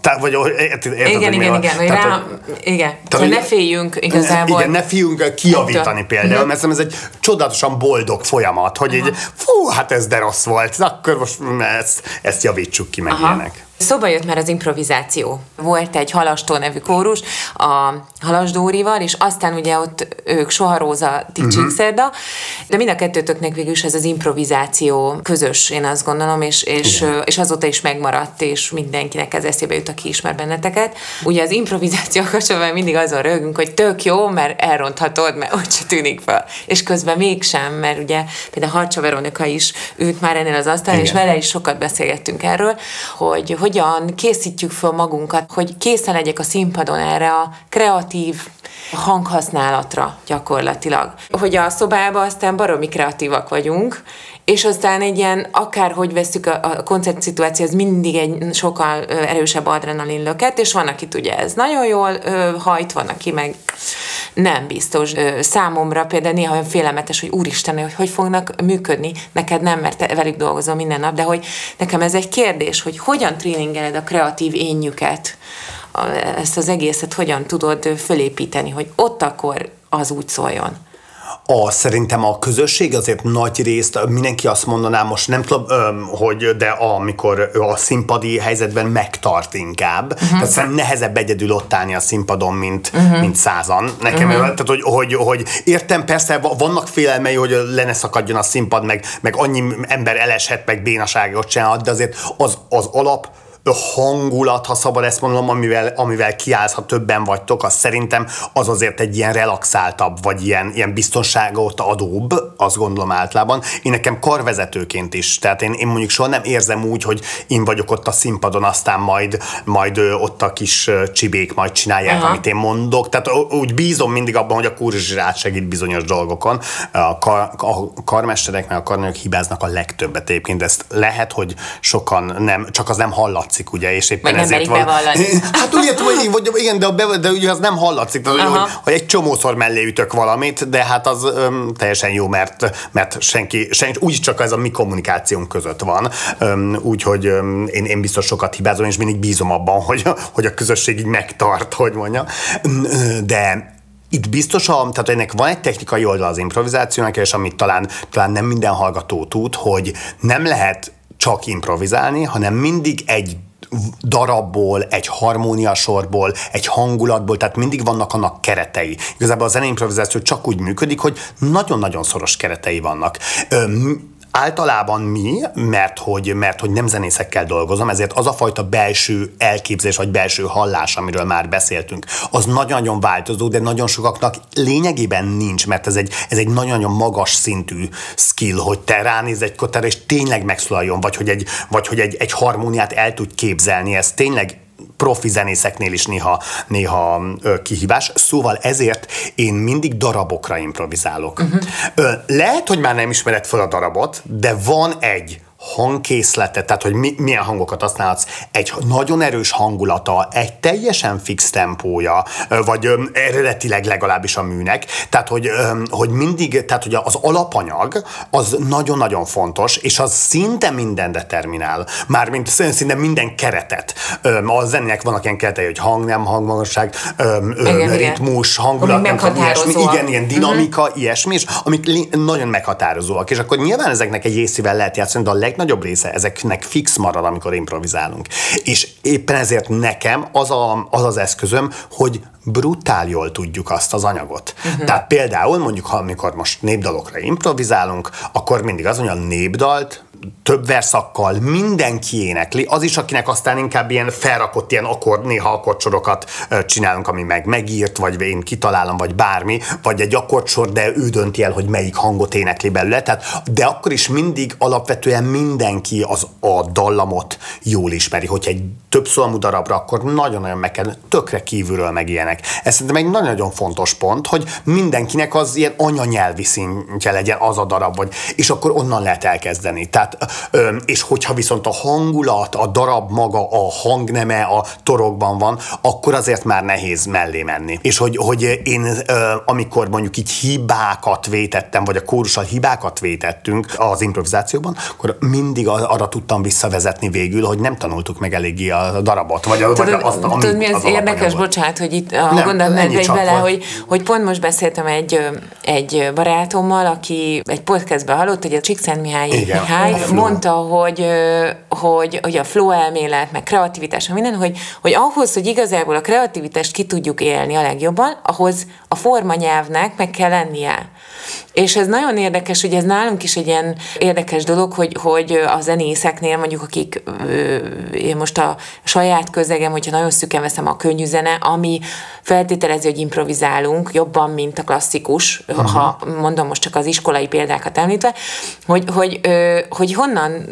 Igen. Tehát, ne féljünk igazából. Igen, ne féljünk kijavítani például, mert ez egy csodálatosan boldog folyamat, hogy így, hát ez de rossz volt, akkor most ezt javítsuk ki, meg ilyenek. Szóba jött már az improvizáció. Volt egy Halastó nevű kórus a Halas Dórival, és aztán ugye ott ők Soha Róza, ti Csíkszerda, de mind a kettőtöknek végül is ez az improvizáció közös, én azt gondolom, és azóta is megmaradt, és mindenkinek ez eszébe jut, aki ismer benneteket. Ugye az improvizáció kapcsolatban mindig azon rögünk, hogy tök jó, mert elronthatod, mert úgyse tűnik fel. És közben mégsem, mert ugye például Harcsa Veronika is ült már ennél az asztalon, és vele is sokat beszélgettünk erről, hogy hogyan készítjük föl magunkat, hogy készen legyek a színpadon erre a kreatív hanghasználatra gyakorlatilag. Hogy a szobában aztán baromi kreatívak vagyunk, és aztán egy ilyen, akárhogy veszük a koncertszituáció, az mindig egy sokkal erősebb adrenalin löket, és van, akit ugye ez nagyon jól hajt, van, aki meg nem biztos. Számomra például néha olyan félelmetes, hogy úristen, hogy fognak működni, neked nem, mert velük dolgozom minden nap, de hogy nekem ez egy kérdés, hogy hogyan tréningeled a kreatív énnyüket, ezt az egészet hogyan tudod fölépíteni, hogy ott akkor az úgy szóljon. Szerintem a közösség azért nagy részt, mindenki azt mondaná, most nem tudom, hogy de amikor a színpadi helyzetben megtart inkább. Tehát szerintem nehezebb egyedül ott állni a színpadon, mint 100-an. Nekem, tehát hogy értem, persze vannak félelmei, hogy le ne szakadjon a színpad, meg annyi ember eleshet, meg bénaságot csinálhat, de azért az alap hangulat, ha szabad ezt mondanom, amivel kiállsz, ha többen vagytok, az szerintem az azért egy ilyen relaxáltabb, vagy ilyen biztonságot adóbb, azt gondolom általában. Én nekem karvezetőként is, tehát én mondjuk soha nem érzem úgy, hogy én vagyok ott a színpadon, aztán majd ott a kis csibék majd csinálják, amit én mondok. Tehát úgy bízom mindig abban, hogy a kórus is átsegít bizonyos dolgokon. A karmesterek meg a karnagyok hibáznak a legtöbbet egyébként, ezt lehet, hogy sokan nem, csak az nem hallatszik, ugye, és éppen ezért van. Hát ugye, igen, de ugye az nem hallatszik, tehát, hogy egy csomószor mellé ütök valamit, de hát az teljesen jó, mert senki úgyis csak ez a mi kommunikációnk között van. Úgyhogy én biztos sokat hibázom, és mindig bízom abban, hogy a közösség így megtart, hogy mondja. De itt biztos, tehát ennek van egy technikai oldal az improvizációnak, és amit talán nem minden hallgató tud, hogy nem lehet csak improvizálni, hanem mindig egy darabból, egy harmóniasorból, egy hangulatból, tehát mindig vannak annak keretei. Igazából a zenei improvizáció csak úgy működik, hogy nagyon-nagyon szoros keretei vannak. Általában mi, mert hogy nem zenészekkel dolgozom, ezért az a fajta belső elképzelés, vagy belső hallás, amiről már beszéltünk, az nagyon-nagyon változó, de nagyon sokaknak lényegében nincs, mert ez egy nagyon-nagyon magas szintű skill, hogy te ránézz egy kotára, és tényleg megszólaljon, vagy hogy egy harmóniát el tud képzelni, ez tényleg profi zenészeknél is néha kihívás, szóval ezért én mindig darabokra improvizálok. Lehet, hogy már nem ismered fel a darabot, de van egy hangkészlete, tehát hogy milyen hangokat használhatsz, egy nagyon erős hangulata, egy teljesen fix tempója, vagy eredetileg legalábbis a műnek, tehát hogy mindig, tehát hogy az alapanyag az nagyon-nagyon fontos, és az szinte minden determinál, mármint szinte minden keretet. A zenének vannak ilyen keretei, hogy hang, nem hangmagasság, ritmus, hangulat, nem tudom, ilyesmi, ilyen dinamika, ilyesmi, és amik nagyon meghatározóak, és akkor nyilván ezeknek egy részével lehet játszani, de a legnagyobb része ezeknek fix marad, amikor improvizálunk. És éppen ezért nekem az eszközöm, hogy brutál jól tudjuk azt az anyagot. Tehát például mondjuk, amikor most népdalokra improvizálunk, akkor mindig az, hogy a népdalt több verszakkal mindenki énekli, az is, akinek aztán inkább ilyen felrakott ilyen néha akkordsorokat csinálunk, ami megírt, vagy én kitalálom, vagy bármi, vagy egy akkordsor, de ő dönti el, hogy melyik hangot énekli belőle. Tehát, de akkor is mindig alapvetően mindenki a dallamot jól ismeri. Hogyha egy több szólamú darabra, akkor nagyon-nagyon meg kell, tökre kívülről meg ilyenek. Ez szerintem egy nagyon-nagyon fontos pont, hogy mindenkinek az ilyen anyanyelvi szintje legyen az a darab, és akkor onnan lehet elkezdeni. Tehát, és hogyha viszont a hangulat, a darab maga, a hangneme a torokban van, akkor azért már nehéz mellé menni. És hogy én, amikor mondjuk így hibákat vétettem, vagy a kórussal hibákat vétettünk az improvizációban, akkor mindig arra tudtam visszavezetni végül, hogy nem tanultuk meg eléggé a darabot, vagy azt, amit tudod, mi az érdekes, bocsánat, hogy itt a gondolat megy vele, hogy pont most beszéltem egy barátommal, aki egy podcastben hallott, hogy a Csíkszentmihalyi mondta, hogy a flow elmélet, meg kreativitás, minden, hogy ahhoz, hogy igazából a kreativitást ki tudjuk élni a legjobban, ahhoz a formanyelvnek meg kell lennie. És ez nagyon érdekes, hogy ez nálunk is egy ilyen érdekes dolog, hogy a zenészeknél mondjuk, akik én most a saját közegem, hogyha nagyon szüken veszem a könnyű zene, ami feltételezi, hogy improvizálunk jobban, mint a klasszikus, ha mondom most csak az iskolai példákat említve, hogy honnan,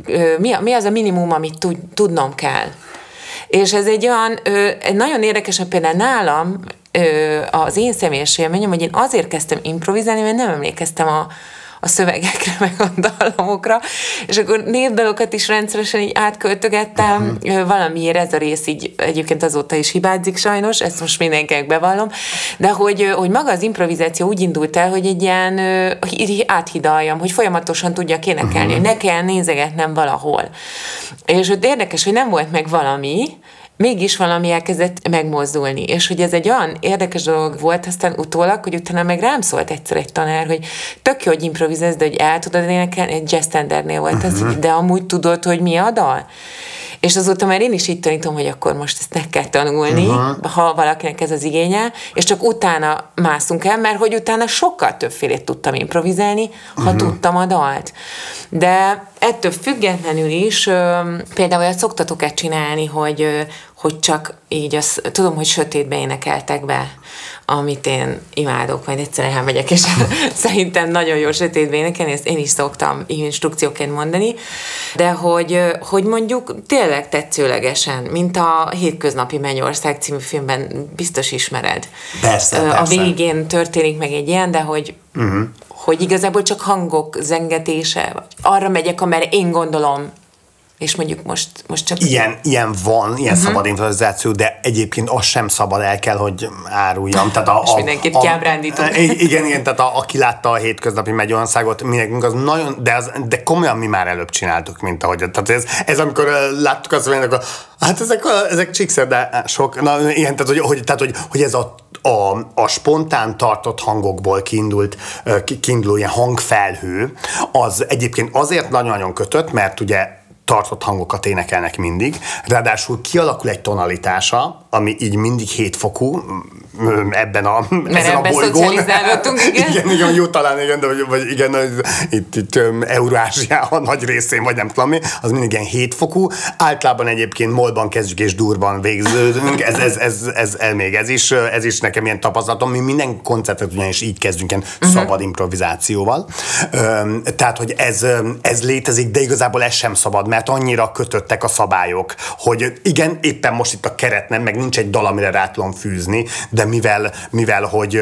mi az a minimum, amit tudnom kell. És ez egy olyan, nagyon érdekes, például nálam az én személyes élményem, hogy én azért kezdtem improvizálni, mert nem emlékeztem a szövegekre, meg a dallamokra, és akkor névdalokat is rendszeresen így átköltögettem, valamiért ez a rész így egyébként azóta is hibázik sajnos, ezt most mindenkinek bevallom, de hogy maga az improvizáció úgy indult el, hogy egy ilyen áthidaljam, hogy folyamatosan tudjak énekelni, hogy ne kell nézegetnem valahol. És ott érdekes, hogy nem volt meg valami, mégis valami elkezdett megmozdulni. És hogy ez egy olyan érdekes dolog volt aztán utólag, hogy utána meg rám szólt egyszer egy tanár, hogy tök jó, hogy improvizálsz, de hogy el tudod énekelni, egy jazz standardnél volt ez, de amúgy tudod, hogy mi a dal? És azóta már én is így tanítom, hogy akkor most ezt meg kell tanulni, ha valakinek ez az igénye, és csak utána mászunk el, mert hogy utána sokkal többfélét tudtam improvizálni, ha tudtam a dalt. De ettől függetlenül is például olyat szoktatok-e csinálni, hogy csak így tudom, hogy sötétbe énekeltek be, amit én imádok, majd egyszer elmegyek, és szerintem nagyon jó sötétbe énekelni, ezt én is szoktam instrukcióként mondani, de hogy mondjuk tényleg tetszőlegesen, mint a Hétköznapi Mennyország című filmben biztos ismered. Persze. A végén történik meg egy ilyen, de hogy igazából csak hangok zengetése, vagy arra megyek, amerre én gondolom, és mondjuk most csak... Ilyen van, ilyen szabad improvizáció, de egyébként az sem szabad, el kell, hogy áruljam. Tehát és mindenkit kiábrándítunk. Igen, tehát aki látta a Hétköznapi Mennyországot, mindenkünk az nagyon, de komolyan mi már előbb csináltuk, mint ahogy. Tehát ez amikor láttuk azt, hogy akkor, hát ezek csíkszer, de sok, na ilyen, tehát hogy ez a spontán tartott hangokból kiinduló ilyen hangfelhő, az egyébként azért nagyon-nagyon kötött, mert ugye tartott hangokat énekelnek mindig, ráadásul kialakul egy tonalitása, ami így mindig 7 fokú, ezen a bolygón. Igen, jó talán, igen, de vagy igen, itt Eurázsia nagy részén, vagy nem tudom mi, az mindig ilyen 7 fokú. Általában egyébként molban kezdjük és durban végződünk, ez is nekem ilyen tapasztalatom, mi minden koncertet ugyanis így kezdünk, ilyen szabad improvizációval. Tehát, hogy ez létezik, de igazából ez sem szabad, mert annyira kötöttek a szabályok, hogy igen, éppen most itt a keret nem, meg nincs egy dal, amire rá tudom fűzni, de mivel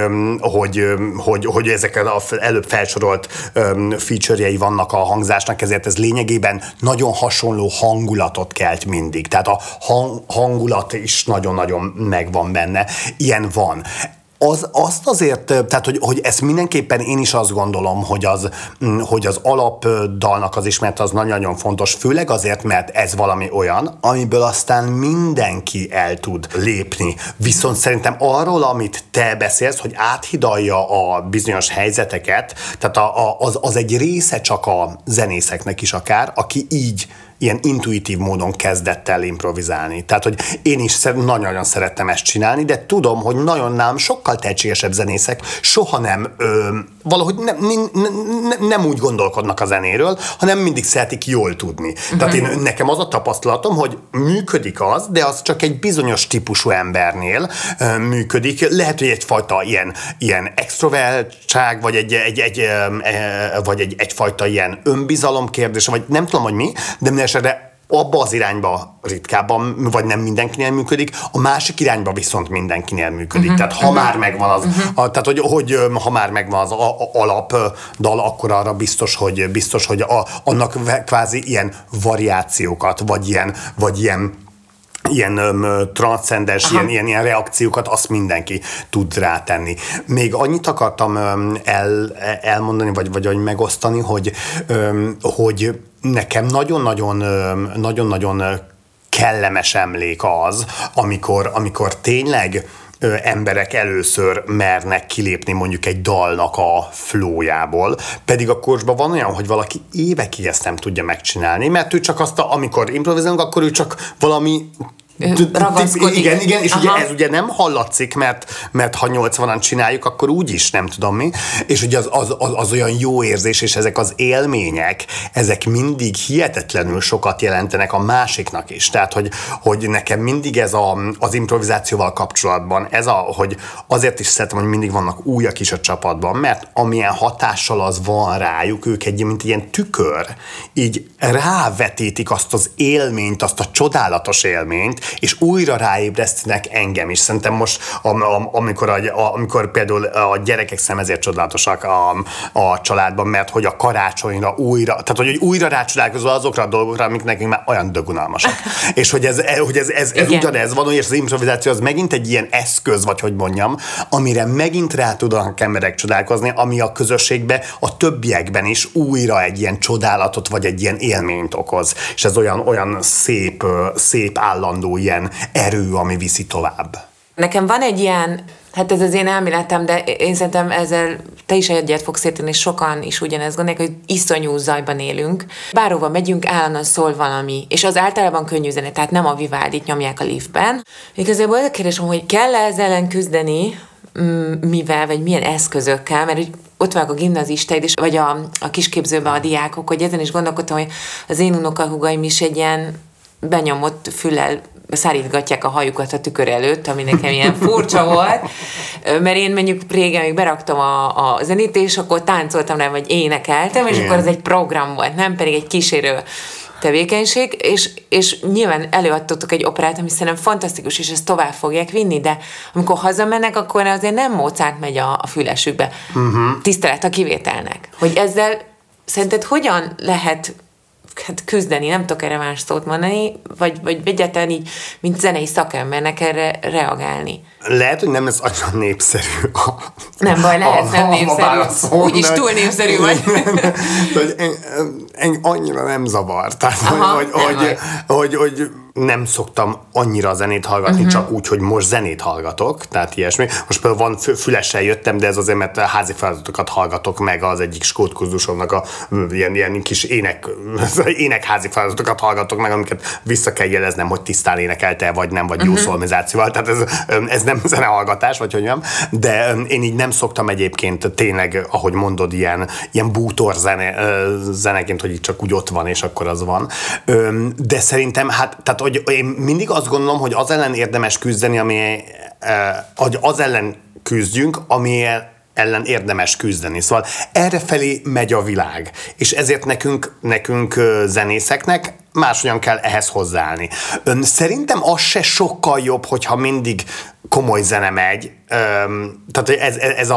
hogy ezek az előbb felsorolt feature-jei vannak a hangzásnak, ezért ez lényegében nagyon hasonló hangulatot kelt mindig. Tehát a hangulat is nagyon-nagyon megvan benne. Ilyen van. Azt azért, tehát hogy ezt mindenképpen én is azt gondolom, hogy az alapdalnak az ismeret az nagyon-nagyon fontos, főleg azért, mert ez valami olyan, amiből aztán mindenki el tud lépni. Viszont szerintem arról, amit te beszélsz, hogy áthidalja a bizonyos helyzeteket, tehát az egy része csak a zenészeknek is akár, aki így ilyen intuitív módon kezdett el improvizálni. Tehát, hogy én is nagyon-nagyon szerettem ezt csinálni, de tudom, hogy nagyon nálam sokkal tehetségesebb zenészek soha nem valahogy nem úgy gondolkodnak a zenéről, hanem mindig szeretik jól tudni. Tehát nekem az a tapasztalatom, hogy működik az, de az csak egy bizonyos típusú embernél működik. Lehet, hogy egyfajta ilyen extrovertság, vagy egyfajta ilyen önbizalom kérdése, vagy nem tudom, hogy mi, de mindenesetre abba az irányba ritkábban, vagy nem mindenkinél működik, a másik irányba viszont mindenkinél működik. Tehát ha már megvan az, ha már megvan az alapdal, akkor arra biztos, hogy annak kvázi ilyen variációkat, vagy ilyen transzcendens, ilyen reakciókat, azt mindenki tud rátenni. Még annyit akartam elmondani, vagy megosztani, hogy nekem nagyon-nagyon kellemes emlék az, amikor tényleg emberek először mernek kilépni mondjuk egy dalnak a flowjából, pedig a korsban van olyan, hogy valaki évekig ezt nem tudja megcsinálni, mert ő csak amikor improvizálunk, akkor ő csak valami ragaszkodik. Igen, és ugye ez ugye nem hallatszik, mert ha 80-an csináljuk, akkor úgyis nem tudom mi, és ugye az olyan jó érzés, és ezek az élmények, ezek mindig hihetetlenül sokat jelentenek a másiknak is. Tehát, hogy nekem mindig ez az improvizációval kapcsolatban, hogy azért is szeretem, hogy mindig vannak újak is a csapatban, mert amilyen hatással az van rájuk, ők mint ilyen tükör, így rávetítik azt az élményt, azt a csodálatos élményt, és újra ráébresztenek engem is. Szerintem most, amikor például a gyerekek szem ezért csodálatosak a családban, mert hogy a karácsonyra újra, tehát hogy újra rácsodálkozol azokra a dolgokra, amik nekünk már olyan dögunalmasak. És hogy ez ugyanez van, és az improvizáció az megint egy ilyen eszköz, vagy hogy mondjam, amire megint rá tudnak emberek csodálkozni, ami a közösségbe, a többiekben is újra egy ilyen csodálatot, vagy egy ilyen élményt okoz. És ez olyan szép állandó ilyen erő, ami viszi tovább. Nekem van egy ilyen, hát ez az én elméletem, de én szerintem ezzel te is egyet fogsz érteni, és sokan is ugyanezt gondolják, hogy iszonyú zajban élünk. Bárhova megyünk, állandóan szól valami, és az általában könnyű zene, tehát nem a Vivaldit nyomják a liftben. Igazából az a kérdésem, hogy kell-e ezzel ellen küzdeni, mivel, vagy milyen eszközökkel, mert ott vannak a gimnazistaid is, vagy a kisképzőben a diákok, hogy ezen is gondolkodtam, hogy az én unokahúgaim is egy ilyen benyomott füllel szárítgatják a hajukat a tükör előtt, ami nekem ilyen furcsa volt, mert én mondjuk régen még beraktam a zenét, és akkor táncoltam rá, vagy énekeltem, és akkor az egy program volt, nem pedig egy kísérő tevékenység, és nyilván előadtatok egy operát, ami szerintem fantasztikus, és ezt tovább fogják vinni, de amikor hazamennek, akkor azért nem Mozart megy a fülesükbe. Tisztelet a kivételnek. Hogy ezzel szerinted hogyan lehet küzdeni, nem tudok erre más szót mondani, vagy egyáltalán így, mint zenei szakembernek erre reagálni. Lehet, hogy nem lesz annyira népszerű nem baj, lehet nem népszerű. Úgyis túl népszerű vagy. Annyira nem zavar. Tehát, hogy nem szoktam annyira zenét hallgatni, csak úgy, hogy most zenét hallgatok, tehát ilyesmi. Most például van fülessel jöttem, de ez azért, mert házi feladatokat hallgatok meg az egyik skót kurzusomnak a ilyen kis énekházi feladatokat hallgatok meg, amiket vissza kell jeleznem, hogy tisztán énekelte, vagy nem, vagy jó szolmizációval. Tehát ez nem zenehallgatás, vagy hogy nem. De én így nem szoktam egyébként tényleg, ahogy mondod, ilyen bútor zeneként, hogy csak úgy ott van, és akkor az van. De szerintem, tehát hogy én mindig azt gondolom, hogy az ellen érdemes küzdeni, hogy az ellen küzdjünk, ami ellen érdemes küzdeni. Szóval errefelé megy a világ. És ezért nekünk zenészeknek máshogyan kell ehhez hozzáállni. Szerintem az se sokkal jobb, hogyha mindig komoly zene megy. Tehát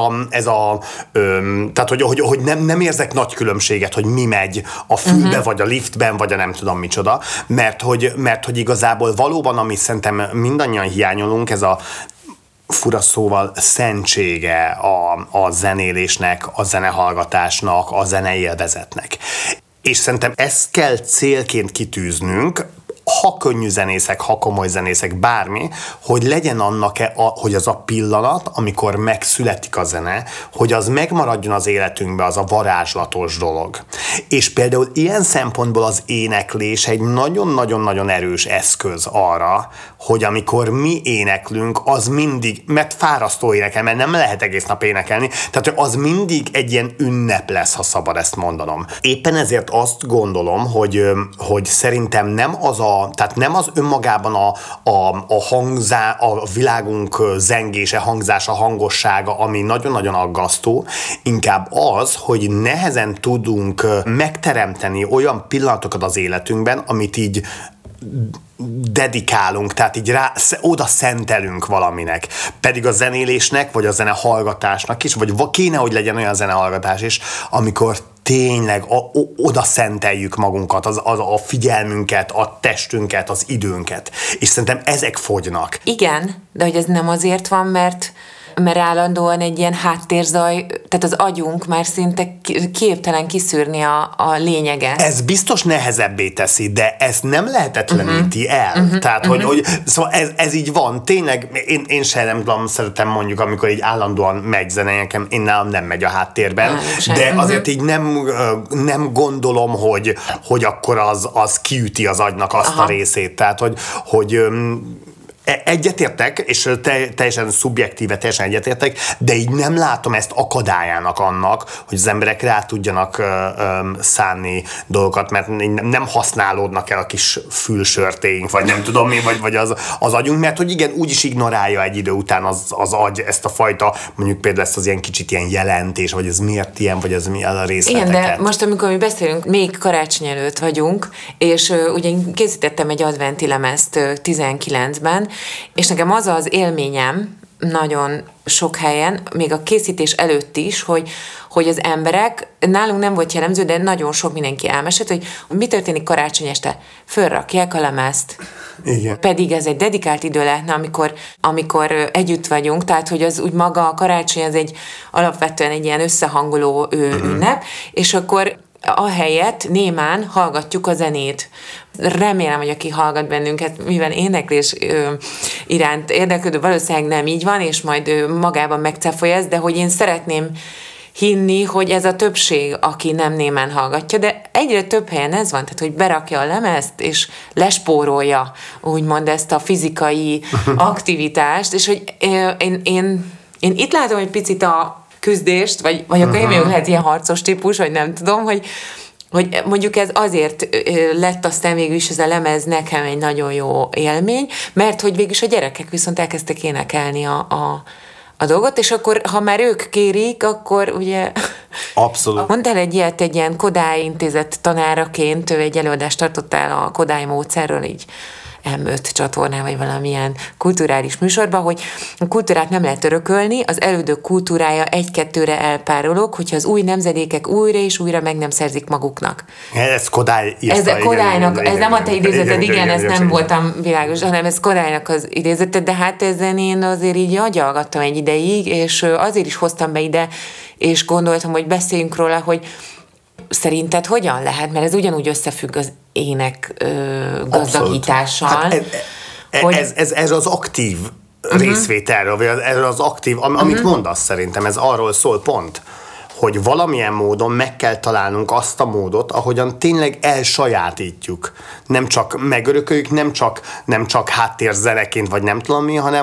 tehát hogy nem érzek nagy különbséget, hogy mi megy a fülbe, vagy a liftben, vagy a nem tudom micsoda, mert hogy igazából valóban, ami szerintem mindannyian hiányolunk, ez a fura szóval szentsége a zenélésnek, a zenehallgatásnak, a zeneélvezetnek. És szerintem ezt kell célként kitűznünk, ha könnyű zenészek, ha komoly zenészek, bármi, hogy legyen annak, hogy az a pillanat, amikor megszületik a zene, hogy az megmaradjon az életünkben, az a varázslatos dolog. És például ilyen szempontból az éneklés egy nagyon-nagyon-nagyon erős eszköz arra, hogy amikor mi éneklünk, az mindig, mert fárasztó énekel, mert nem lehet egész nap énekelni, tehát az mindig egy ilyen ünnep lesz, ha szabad ezt mondanom. Éppen ezért azt gondolom, hogy szerintem tehát nem az önmagában a világunk zengése, hangzása, hangossága, ami nagyon-nagyon aggasztó, inkább az, hogy nehezen tudunk megteremteni olyan pillanatokat az életünkben, amit így dedikálunk, tehát így oda szentelünk valaminek. Pedig a zenélésnek, vagy a zenehallgatásnak is, vagy kéne, hogy legyen olyan zenehallgatás is, amikor tényleg oda szenteljük magunkat, a figyelmünket, a testünket, az időnket. És szerintem ezek fogynak. Igen, de hogy ez nem azért van, mert mert állandóan egy ilyen háttérzaj, tehát az agyunk már szinte képtelen kiszűrni a lényeget. Ez biztos nehezebbé teszi, de ezt nem lehetetleníti el. Tehát, hogy szóval ez így van. Tényleg, én sem nem szeretem mondjuk, amikor így állandóan megy zene, én nálam nem megy a háttérben, de azért így nem gondolom, hogy akkor az kiüti az agynak azt a részét. Tehát, hogy egyetértek, és teljesen szubjektíve, teljesen egyetértek, de így nem látom ezt akadályának annak, hogy az emberek rá tudjanak szánni dolgokat, mert nem használódnak el a kis fülsörtéink, vagy nem tudom mi, vagy az agyunk, mert hogy igen, úgyis ignorálja egy idő után az agy ezt a fajta, mondjuk például ezt az ilyen kicsit ilyen jelentés, vagy ez miért ilyen, vagy ez mi a részleteket. Igen, de most amikor mi beszélünk, még karácsony előtt vagyunk, és ugye én készítettem egy adventi lemezt 19-ben, és nekem az az élményem nagyon sok helyen, még a készítés előtt is, hogy az emberek, nálunk nem volt jellemző, de nagyon sok mindenki elmesélt, hogy mi történik karácsony este. Fölrakják a lemezt. Igen. Pedig ez egy dedikált idő lehetne, amikor együtt vagyunk, tehát hogy az úgy maga a karácsony az egy alapvetően egy ilyen összehangoló ünnep, és akkor ahelyett némán hallgatjuk a zenét. Remélem, hogy aki hallgat bennünket, mivel éneklés iránt érdeklődő, valószínűleg nem így van, és majd magában megcáfolja ezt, de hogy én szeretném hinni, hogy ez a többség, aki nem némán hallgatja, de egyre több helyen ez van, tehát hogy berakja a lemezt, és lespórolja, úgymond ezt a fizikai aktivitást, és hogy én itt látom egy picit a küzdést, vagy akkor én még lehet ilyen harcos típus, vagy nem tudom, hogy mondjuk ez azért lett aztán végül is ez a lemez nekem egy nagyon jó élmény, mert hogy végül is a gyerekek viszont elkezdtek énekelni a dolgot, és akkor, ha már ők kérik, akkor ugye... Abszolút. Mondtál egy ilyet, egy ilyen Kodály intézet tanáraként, egy előadást tartottál a Kodály módszerről, így M5 csatornán, vagy valamilyen kulturális műsorban, hogy a kultúrát nem lehet örökölni, az elődök kultúrája egy-kettőre elpárolog, hogyha az új nemzedékek újra és újra meg nem szerzik maguknak. Ez Kodály írta. Ez Kodálynak, ez nem a te idézeted, igen, ezt nem voltam világos, hanem ez Kodálynak az idézeted, de hát ezen én azért így agyalgattam egy ideig, és azért is hoztam be ide, és gondoltam, hogy beszéljünk róla, hogy szerinted hogyan lehet? Mert ez ugyanúgy összefügg az ének gazdagítással. Hát ez az aktív részvételről, vagy ez az aktív, amit mondasz szerintem, ez arról szól pont, hogy valamilyen módon meg kell találnunk azt a módot, ahogyan tényleg elsajátítjuk. Nem csak megörököljük, nem csak háttérzeneként, vagy nem tudom mi, hanem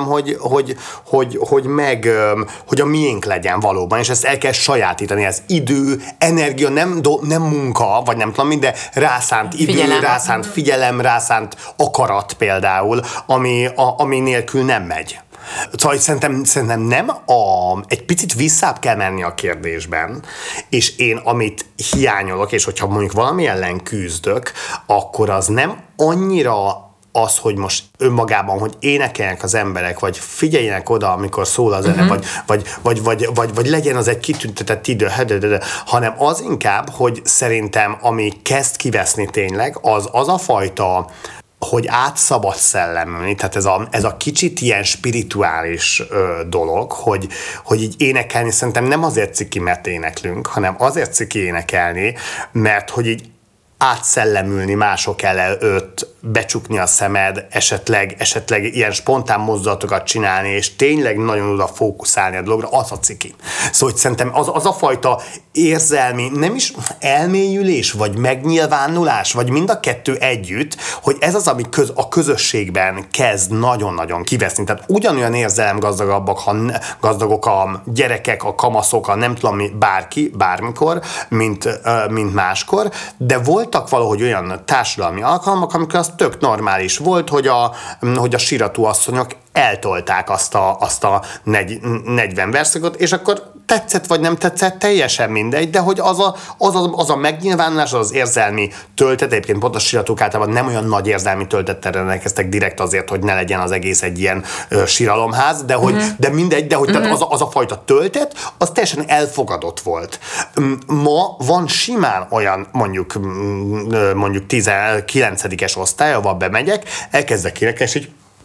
hogy a miénk legyen valóban, és ezt el kell sajátítani. Ez idő, energia, nem munka, vagy nem tudom mi, de rászánt idő, rászánt figyelem, rászánt akarat például, ami nélkül nem megy. Szóval szerintem nem egy picit visszább kell menni a kérdésben, és én amit hiányolok, és hogyha mondjuk valami ellen küzdök, akkor az nem annyira az, hogy most önmagában, hogy énekeljenek az emberek, vagy figyeljenek oda, amikor szól a zene, vagy legyen az egy kitüntetett idő, hanem az inkább, hogy szerintem ami kezd kiveszni tényleg, az a fajta, hogy átszabad szellemülni, tehát ez a kicsit ilyen spirituális dolog, hogy így énekelni szerintem nem azért ciki, mert éneklünk, hanem azért ciki énekelni, mert hogy így átszellemülni mások előtt, becsukni a szemed, esetleg ilyen spontán mozdulatokat csinálni, és tényleg nagyon oda fókuszálni a dologra, az a ciki. Szóval hogy szerintem az a fajta érzelmi, nem is elmélyülés, vagy megnyilvánulás, vagy mind a kettő együtt, hogy ez az, ami a közösségben kezd nagyon-nagyon kiveszni. Tehát ugyanolyan gazdagok a gyerekek, a kamaszok, a nem tudom mi, bárki, bármikor, mint máskor, de voltak valahogy olyan társadalmi alkalmak, amikor az tök normális volt, hogy a síratú asszonyok eltolták azt a 40 verszakot, és akkor tetszett vagy nem tetszett, teljesen mindegy, de hogy az a megnyilvánulás, az érzelmi töltet, egyébként pont a síratók általában nem olyan nagy érzelmi töltettel rendelkeztek direkt azért, hogy ne legyen az egész egy ilyen síralomház, de mindegy, de hogy tehát az a fajta töltet, az teljesen elfogadott volt. Ma van simán olyan mondjuk 19-es osztály, ahol bemegyek, elkezdek énekelni, és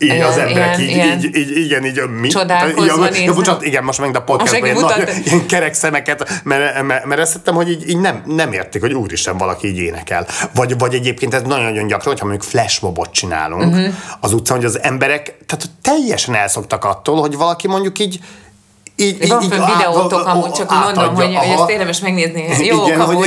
így az emberek így mi? Csodálkozva néznek. Bocsánat, igen, most meg a podcastban ilyen kerek szemeket mereztettem, hogy így nem értik, hogy úristen, valaki így énekel. Vagy egyébként ez nagyon-nagyon gyakran, hogyha mondjuk flashmobot csinálunk az utcán, hogy az emberek tehát teljesen elszoktak attól, hogy valaki mondjuk így van fönn videótok, amúgy csak mondom, hogy ezt érdemes megnézni. Jó,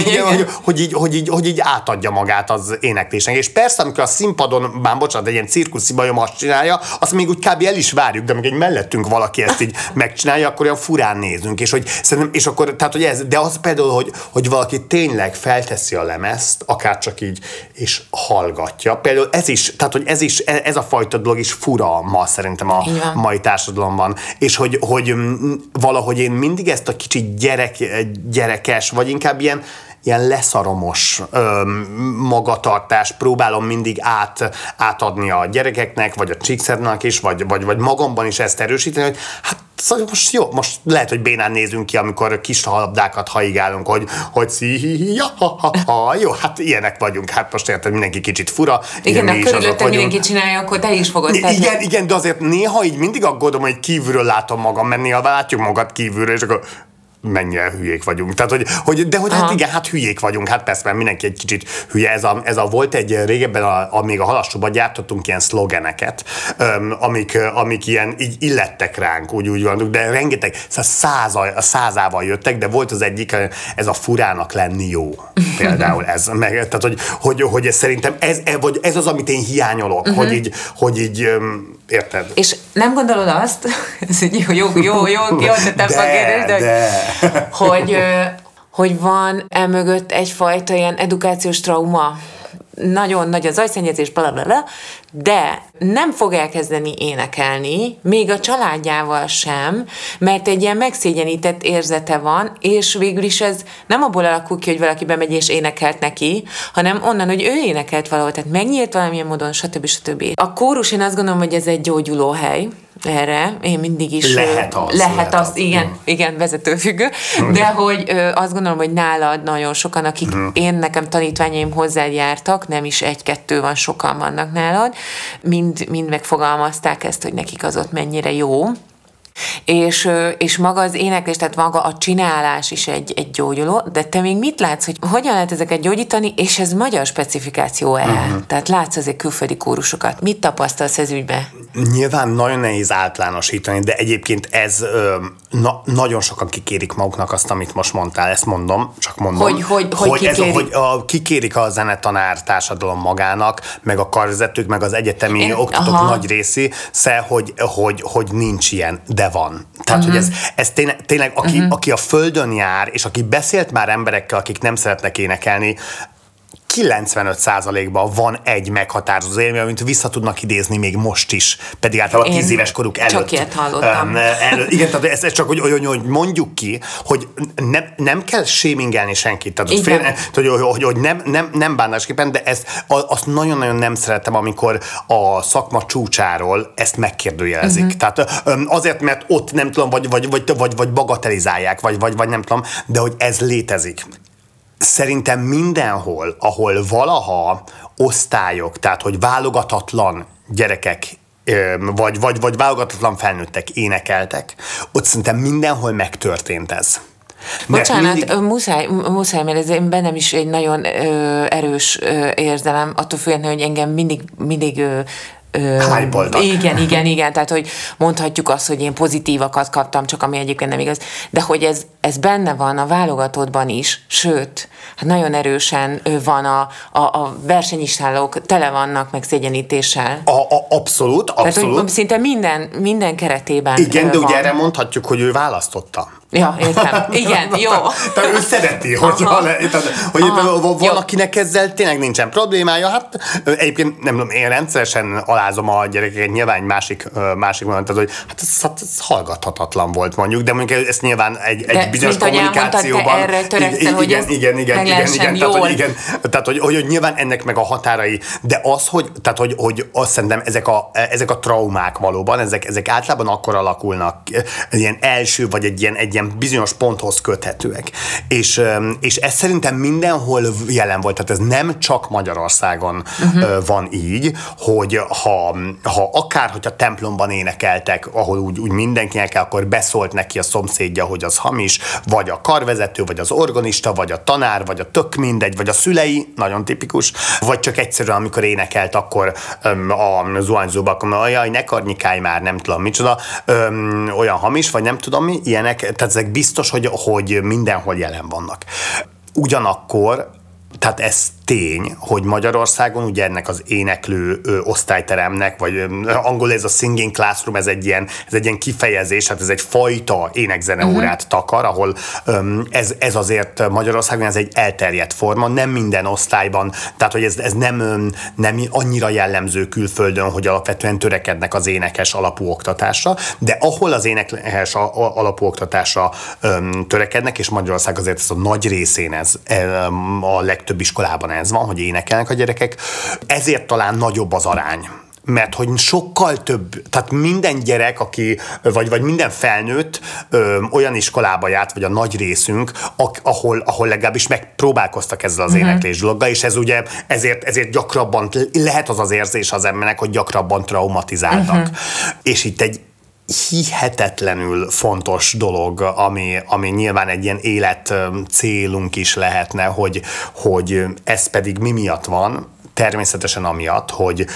hogy így átadja magát az éneklésnek. És persze, amikor a színpadon, bocsánat, egy ilyen cirkuszi bajom azt csinálja, azt még úgy kb. El is várjuk, de amikor egy mellettünk valaki ezt így megcsinálja, akkor olyan furán nézünk. És, hogy szerintem, és akkor, tehát, hogy ez, de az például, hogy valaki tényleg felteszi a lemezt, akár csak így, és hallgatja. Például ez is, tehát, hogy ez a fajta dolog is fura ma szerintem a mai társadalomban. És hogy valahogy én mindig ezt a kicsit gyerekes, vagy inkább ilyen leszaromos magatartást próbálom mindig átadni a gyerekeknek, vagy a Csíkszednak is, vagy magamban is ezt erősíteni, hogy hát szóval most lehet, hogy bénán nézünk ki, amikor kis labdákat haigálunk, hogy jó, hát ilyenek vagyunk, hát most érted, mindenki kicsit fura. Igen, de körülöttem mindenki csinálja, akkor te is fogod tenni. Igen, de azért néha így mindig aggódom, hogy kívülről látom magam, mert néha látjuk magad kívülről, és akkor mennyire hülyék vagyunk. Tehát, hát igen, hát hülyék vagyunk, hát persze, mert mindenki egy kicsit hülye. Ez a volt egy régebben, még a Halassóban gyártottunk ilyen szlogeneket, amik ilyen így illettek ránk, úgy vannak, de rengeteg, százával jöttek, de volt az egyik, ez a furának lenni jó. Például ez. Tehát, hogy ez szerintem ez az, amit én hiányolok, hogy így érted? És nem gondolod azt, ez egy jó kiadottam a kérdést, de hogy van emögött egyfajta ilyen edukációs trauma, nagyon nagy az zajszennyezés, blablabla, de nem fog elkezdeni énekelni, még a családjával sem, mert egy ilyen megszégyenített érzete van, és végül is ez nem abból alakul ki, hogy valaki bemegy és énekelt neki, hanem onnan, hogy ő énekelt valahol, tehát megnyílt valamilyen módon, stb. A kórus, én azt gondolom, hogy ez egy gyógyulóhely erre, én mindig is... Lehet az. Igen, vezetőfüggő, de hogy azt gondolom, hogy nálad nagyon sokan, akik nekem tanítványaim hozzád jártak, nem is egy-kettő van, sokan vannak nálad, mind megfogalmazták ezt, hogy nekik az ott mennyire jó. És maga az éneklés, tehát maga a csinálás is egy gyógyuló, de te még mit látsz, hogy hogyan lehet ezeket gyógyítani, és ez magyar specifikáció-e? Tehát látsz azért külföldi kórusokat. Mit tapasztalsz ez ügybe? Nyilván nagyon nehéz általánosítani, de egyébként ez nagyon sokan kikérik maguknak azt, amit most mondtál, ezt mondom, csak mondom. Hogy kikérik? Kikérik a zenetanár társadalom magának, meg a karvezetők, meg az egyetemi oktatók nagy részi, hogy nincs ilyen, de van. Tehát, hogy ez tényleg aki a földön jár, és aki beszélt már emberekkel, akik nem szeretnek énekelni, 95%-ban van egy meghatározó élmény, amit vissza tudnak idézni még most is, pedig általában 10 éves koruk előtt. Csak ilyet hallottam. Igen, tehát ez csak, hogy mondjuk ki, hogy nem kell shamingelni senkit, tehát hogy nem bánásképpen, de azt nagyon-nagyon nem szeretem, amikor a szakma csúcsáról ezt megkérdőjelezik. Tehát azért, mert ott nem tudom, vagy bagatelizálják, vagy nem tudom, de hogy ez létezik. Szerintem mindenhol, ahol valaha osztályok, tehát hogy válogatatlan gyerekek, vagy válogatatlan felnőttek énekeltek, ott szerintem mindenhol megtörtént ez. Bocsánat, muszáj, mert ez bennem is egy nagyon erős érzelem, attól függően, hogy engem mindig Igen, tehát hogy mondhatjuk azt, hogy én pozitívakat kaptam, csak ami egyébként nem igaz, de hogy ez benne van a válogatottban is, sőt, hát nagyon erősen van a versenyistálók tele vannak meg szégyenítéssel. Abszolút. Tehát, hogy szinte minden keretében igen, de van. ugye erre mondhatjuk, hogy ő választotta. Ja, értem. Igen, jó. Tehát ő szereti, hogy valakinek ezzel tényleg nincsen problémája. Hát egyébként nem tudom, én rendszeresen alázom a gyerekeket, nyilván egy másik mondat, hogy hát ez hallgathatatlan volt mondjuk, de mondjuk ez nyilván egy bizonyos kommunikációban. Te erre törekszel, hogy igen, meg lehessen jól. Tehát, hogy nyilván ennek meg a határai, de az, hogy azt szerintem ezek a traumák valóban, ezek általában akkor alakulnak, ilyen első, vagy egy ilyen bizonyos ponthoz köthetőek. És ez szerintem mindenhol jelen volt, tehát ez nem csak Magyarországon van így, hogy ha akár, hogyha templomban énekeltek, ahol úgy mindenkinek kell, akkor beszólt neki a szomszédja, hogy az hamis, vagy a karvezető, vagy az organista, vagy a tanár, vagy a tök mindegy, vagy a szülei, nagyon tipikus, vagy csak egyszerűen, amikor énekelt, akkor a zuhanyzóba, akkor jaj, ne karnyikálj már, nem tudom micsoda, olyan hamis, vagy nem tudom mi, ilyenek, tehát ezek biztos, hogy mindenhol jelen vannak. Ugyanakkor, tehát ez tény, hogy Magyarországon ugye ennek az éneklő osztályteremnek, vagy angol ez a singing classroom, ez egy ilyen kifejezés, hát ez egy fajta énekzeneórát takar, ahol ez azért Magyarországon ez egy elterjedt forma, nem minden osztályban, tehát hogy ez nem annyira jellemző külföldön, hogy alapvetően törekednek az énekes alapú oktatásra, de ahol az énekes alapú oktatásra törekednek, és Magyarország azért ez a nagy részén ez a legtöbb iskolában ez van, hogy énekelnek a gyerekek, ezért talán nagyobb az arány. Mert hogy sokkal több, tehát minden gyerek, vagy minden felnőtt olyan iskolába járt, vagy a nagy részünk, ahol legalábbis megpróbálkoztak ezzel az éneklés dologgal, és ez ugye ezért gyakrabban, lehet az érzés az embernek, hogy gyakrabban traumatizáltak. És itt egy hihetetlenül fontos dolog, ami nyilván egy ilyen élet célunk is lehetne, hogy ez pedig mi miatt van, természetesen amiatt,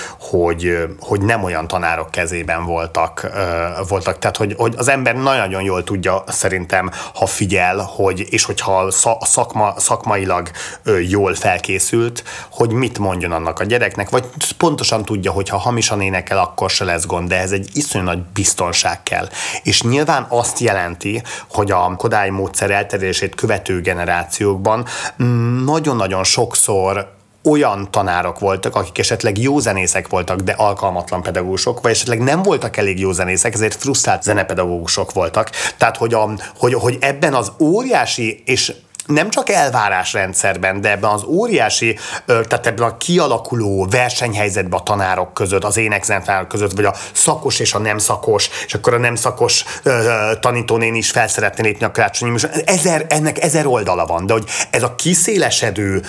hogy nem olyan tanárok kezében voltak. Tehát, hogy az ember nagyon jól tudja szerintem, ha figyel, és hogyha szakmailag jól felkészült, hogy mit mondjon annak a gyereknek, vagy pontosan tudja, hogy ha hamisan énekel, akkor se lesz gond, de ez egy iszonyú nagy biztonság kell. És nyilván azt jelenti, hogy a Kodály módszer elterjedését követő generációkban nagyon-nagyon sokszor olyan tanárok voltak, akik esetleg jó zenészek voltak, de alkalmatlan pedagógusok, vagy esetleg nem voltak elég jó zenészek, ezért frusztrált zenepedagógusok voltak. Tehát, hogy ebben az óriási és nem csak elvárásrendszerben, de ebben az óriási, tehát ebben a kialakuló versenyhelyzetben a tanárok között, az énekzenetánárok között, vagy a szakos és a nem szakos, és akkor a nem szakos tanítónén is fel szeretné lépni a karácsonyi műsor. Ennek 1000 oldala van, de hogy ez a kiszélesedő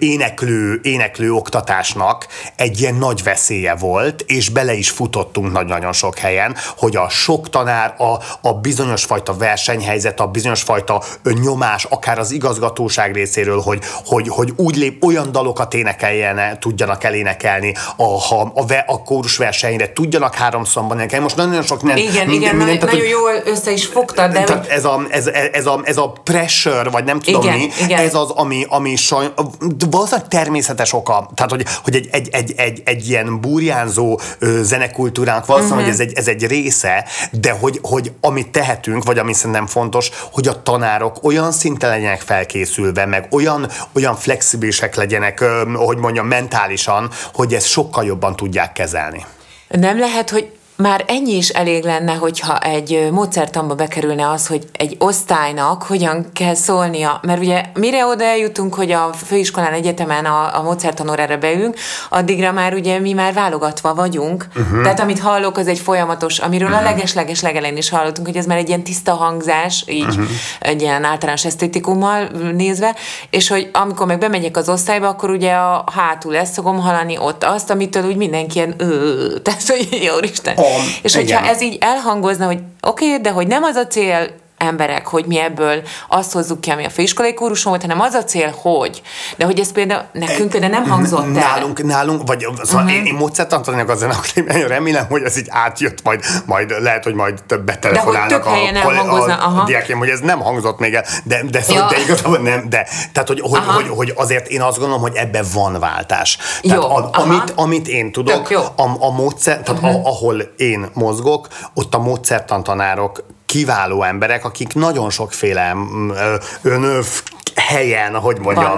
éneklő oktatásnak egy ilyen nagy veszélye volt, és bele is futottunk nagyon sok helyen, hogy a sok tanár, a bizonyos fajta versenyhelyzet, a bizonyos fajta nyomás, akár az igazgatóság részéről, hogy úgy olyan dalokat tudjanak elénekelni, a kórusversenyre tudjanak 3 szomban énekelni. Most nagyon sok nagyon jól össze is fogtad, de... Tehát ez a pressure, vagy nem tudom mi, ez az, ami valószínűleg természetes oka. Tehát, hogy egy ilyen burjánzó zenekultúrának valószínűleg, hogy ez egy része, de hogy amit tehetünk, vagy ami szerintem fontos, hogy a tanárok olyan szinten legyenek felkészülve, meg olyan flexibilisek legyenek, hogy mondjam, mentálisan, hogy ezt sokkal jobban tudják kezelni. Nem lehet, hogy már ennyi is elég lenne, hogyha egy módszertanba bekerülne az, hogy egy osztálynak hogyan kell szólnia. Mert ugye mire oda eljutunk, hogy a főiskolán, egyetemen a módszertanórára beülünk, addigra már ugye mi már válogatva vagyunk. Tehát amit hallok, az egy folyamatos, amiről a leges legelején is hallottunk, hogy ez már egy ilyen tiszta hangzás, így egy ilyen általános esztétikummal nézve, és hogy amikor meg bemegyek az osztályba, akkor ugye a hátul ezt szokom hallani, ott azt, amitől úgy mindenki ilyen tehát, hogy jó Isten. És hogyha ez így elhangozna, hogy oké, de hogy nem az a cél, emberek, hogy mi ebből azt hozzuk ki, ami a főiskolai kóruson volt, hanem az a cél, hogy. De hogy ez például nekünk például nem hangzott el. Nálunk, vagy szóval én módszertantanék azon, akkor én remélem, hogy ez így átjött, majd lehet, hogy majd betelefonálnak a diákjaim, hogy ez nem hangzott még el, de igazából nem, de tehát, hogy azért én azt gondolom, hogy ebben van váltás. Tehát amit én tudok, a módszer, tehát ahol én mozgok, ott a módszertantanárok kiváló emberek, akik nagyon sokféle helyen, hogy mondjam,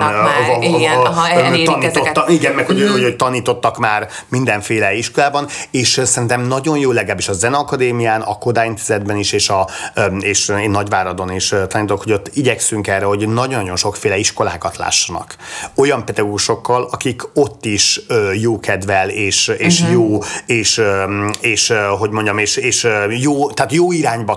igen, meg hogy tanítottak már mindenféle iskolában, és szerintem nagyon jó, legalábbis a Zeneakadémián, a Kodály Intézetben is, és én Nagyváradon is tanítok, hogy ott igyekszünk erre, hogy nagyon-nagyon sokféle iskolákat lássanak. Olyan pedagógusokkal, akik ott is jókedvel, és jó, és hogy mondjam, és jó, tehát jó irányba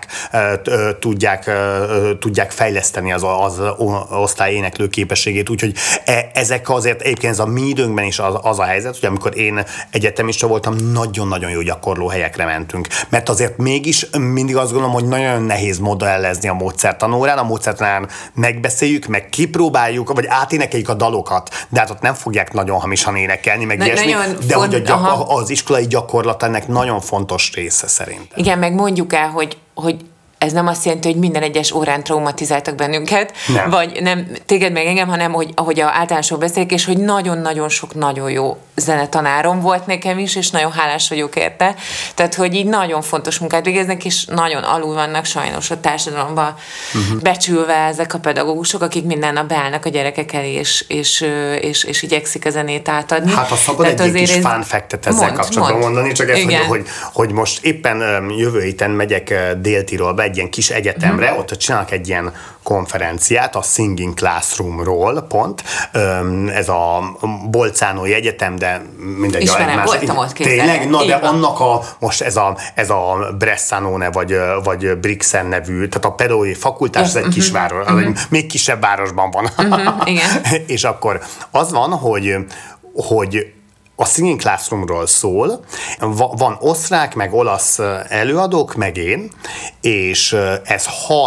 tudják fejleszteni az osztály éneklő képességét, úgyhogy ezek azért egyébként ez a mi időnkben is az a helyzet, hogy amikor én egyetemista voltam, nagyon-nagyon jó gyakorló helyekre mentünk, mert azért mégis mindig azt gondolom, hogy nagyon nehéz modellezni a módszertanórán, a módszertanórán megbeszéljük, meg kipróbáljuk, vagy áténekeljük a dalokat, de hát ott nem fogják nagyon hamisan énekelni, meg ilyesmi, de hogy az iskolai gyakorlat ennek nagyon fontos része szerintem. Igen, meg mondjuk el, hogy ez nem azt jelenti, hogy minden egyes órán traumatizáltak bennünket, nem. Vagy nem téged meg engem, hanem hogy a általánosok beszélik, és hogy nagyon-nagyon sok nagyon jó zenetanárom volt nekem is, és nagyon hálás vagyok érte. Tehát, hogy így nagyon fontos munkát végeznek, és nagyon alul vannak sajnos a társadalomban becsülve ezek a pedagógusok, akik minden nap beállnak a gyerekek elé, és igyekszik a zenét átadni. Hát ha szabad egy kis fánfektet ezzel kapcsolatban mondani, csak ezt mondom, hogy most éppen jövő héten megyek Dél-Tirolba, egy ilyen kis egyetemre, ott csinálnak egy ilyen konferenciát a Singing Classroomról, pont. Ez a Bolzánói Egyetem, de mindegy. Ismerem, voltam ott képzelni. Tényleg? Na, de annak most ez a Bressanone, vagy Brixen nevű, tehát a pedagógiai fakultás, ez egy kisváros, az egy még kisebb városban van. Igen. És akkor az van, hogy a Singing Classroomról szól, van osztrák, meg olasz előadók, meg én, és ez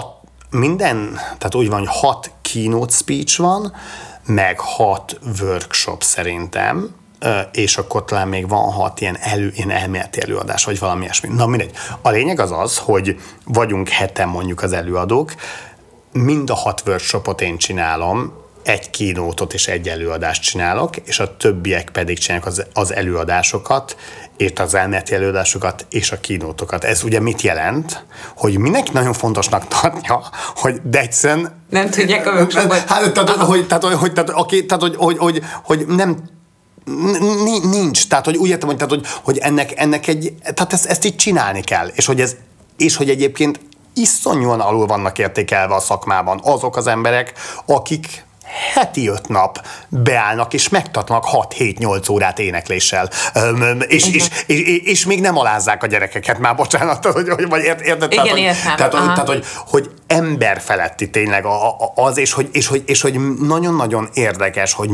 tehát úgy van, hogy 6 keynote speech van, meg 6 workshop szerintem, és akkor talán még van 6 ilyen elméleti előadás, vagy valami ilyesmi. Na mindegy. A lényeg az, hogy vagyunk 7-en mondjuk az előadók, mind a 6 workshopot én csinálom, egy keynote-ot és egy előadást csinálok, és a többiek pedig csinálják az előadásokat, és az elméleti előadásokat, és a keynote-okat. Ez ugye mit jelent? Hogy mindenki nagyon fontosnak tartja, hogy de egyszerűen... Nem tudják a workshopot. Hogy nem nincs. Tehát, hogy úgy értem, hogy ennek egy... Tehát ezt így csinálni kell. És hogy egyébként iszonyúan alul vannak értékelve a szakmában azok az emberek, akik heti 5 nap beállnak, és megtartanak 6-7-8 órát énekléssel. És még nem alázzák a gyerekeket, már bocsánat, vagy érted? Igen, értem. Tehát, hogy emberfeletti tényleg az, és hogy nagyon-nagyon érdekes, hogy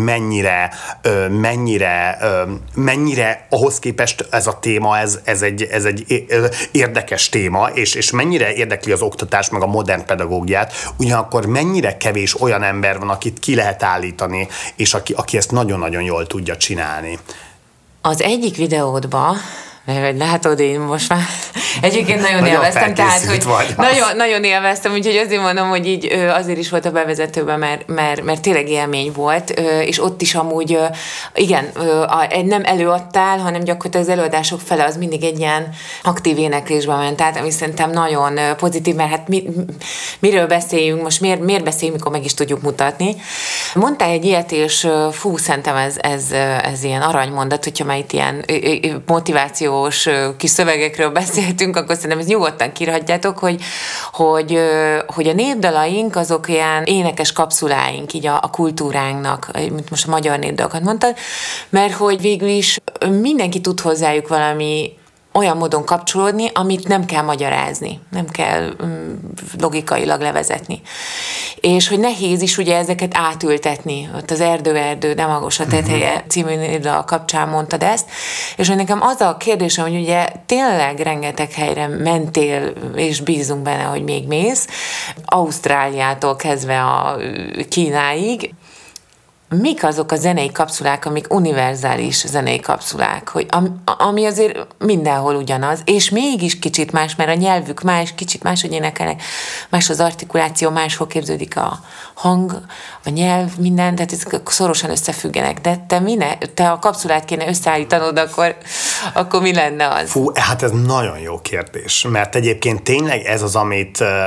mennyire ahhoz képest ez a téma, ez egy érdekes téma, és mennyire érdekli az oktatás, meg a modern pedagógiát, ugyanakkor mennyire kevés olyan ember van, akit ki lehet állítani, és aki ezt nagyon-nagyon jól tudja csinálni. Az egyik videódban, mert látod, én most már egyébként nagyon élveztem, tehát, hogy nagyon élveztem, úgyhogy azért mondom, hogy így azért is volt a bevezetőben, mert tényleg élmény volt, és ott is amúgy, igen, nem előadtál, hanem gyakorlatilag az előadások fele az mindig egy ilyen aktív éneklésbe ment át, ami szerintem nagyon pozitív, mert hát miről beszéljünk, most miért beszéljünk, mikor meg is tudjuk mutatni. Mondtál egy ilyet, és szerintem ez ilyen aranymondat, hogyha már itt ilyen motiváció kis szövegekről beszéltünk, akkor szerintem ezt nyugodtan kirakjátok, hogy a népdalaink azok ilyen énekes kapszuláink így a kultúránknak, mint most a magyar népdalokat mondtad, mert hogy végül is mindenki tud hozzájuk valami olyan módon kapcsolódni, amit nem kell magyarázni, nem kell logikailag levezetni. És hogy nehéz is ugye ezeket átültetni. Ott az Erdő, de magos a teteje című dal kapcsán mondtad ezt, és hogy nekem az a kérdésem, hogy ugye tényleg rengeteg helyre mentél, és bízunk benne, hogy még mész, Ausztráliától kezdve a Kínáig. Mik azok a zenei kapszulák, amik univerzális zenei kapszulák, hogy ami azért mindenhol ugyanaz, és mégis kicsit más, mert a nyelvük más, kicsit máshogy énekelnek, más az artikuláció, máshol képződik a hang, a nyelv, minden, tehát ezek szorosan összefüggenek. De te a kapszulát kéne összeállítanod, akkor mi lenne az? Hát ez nagyon jó kérdés, mert egyébként tényleg ez az, amit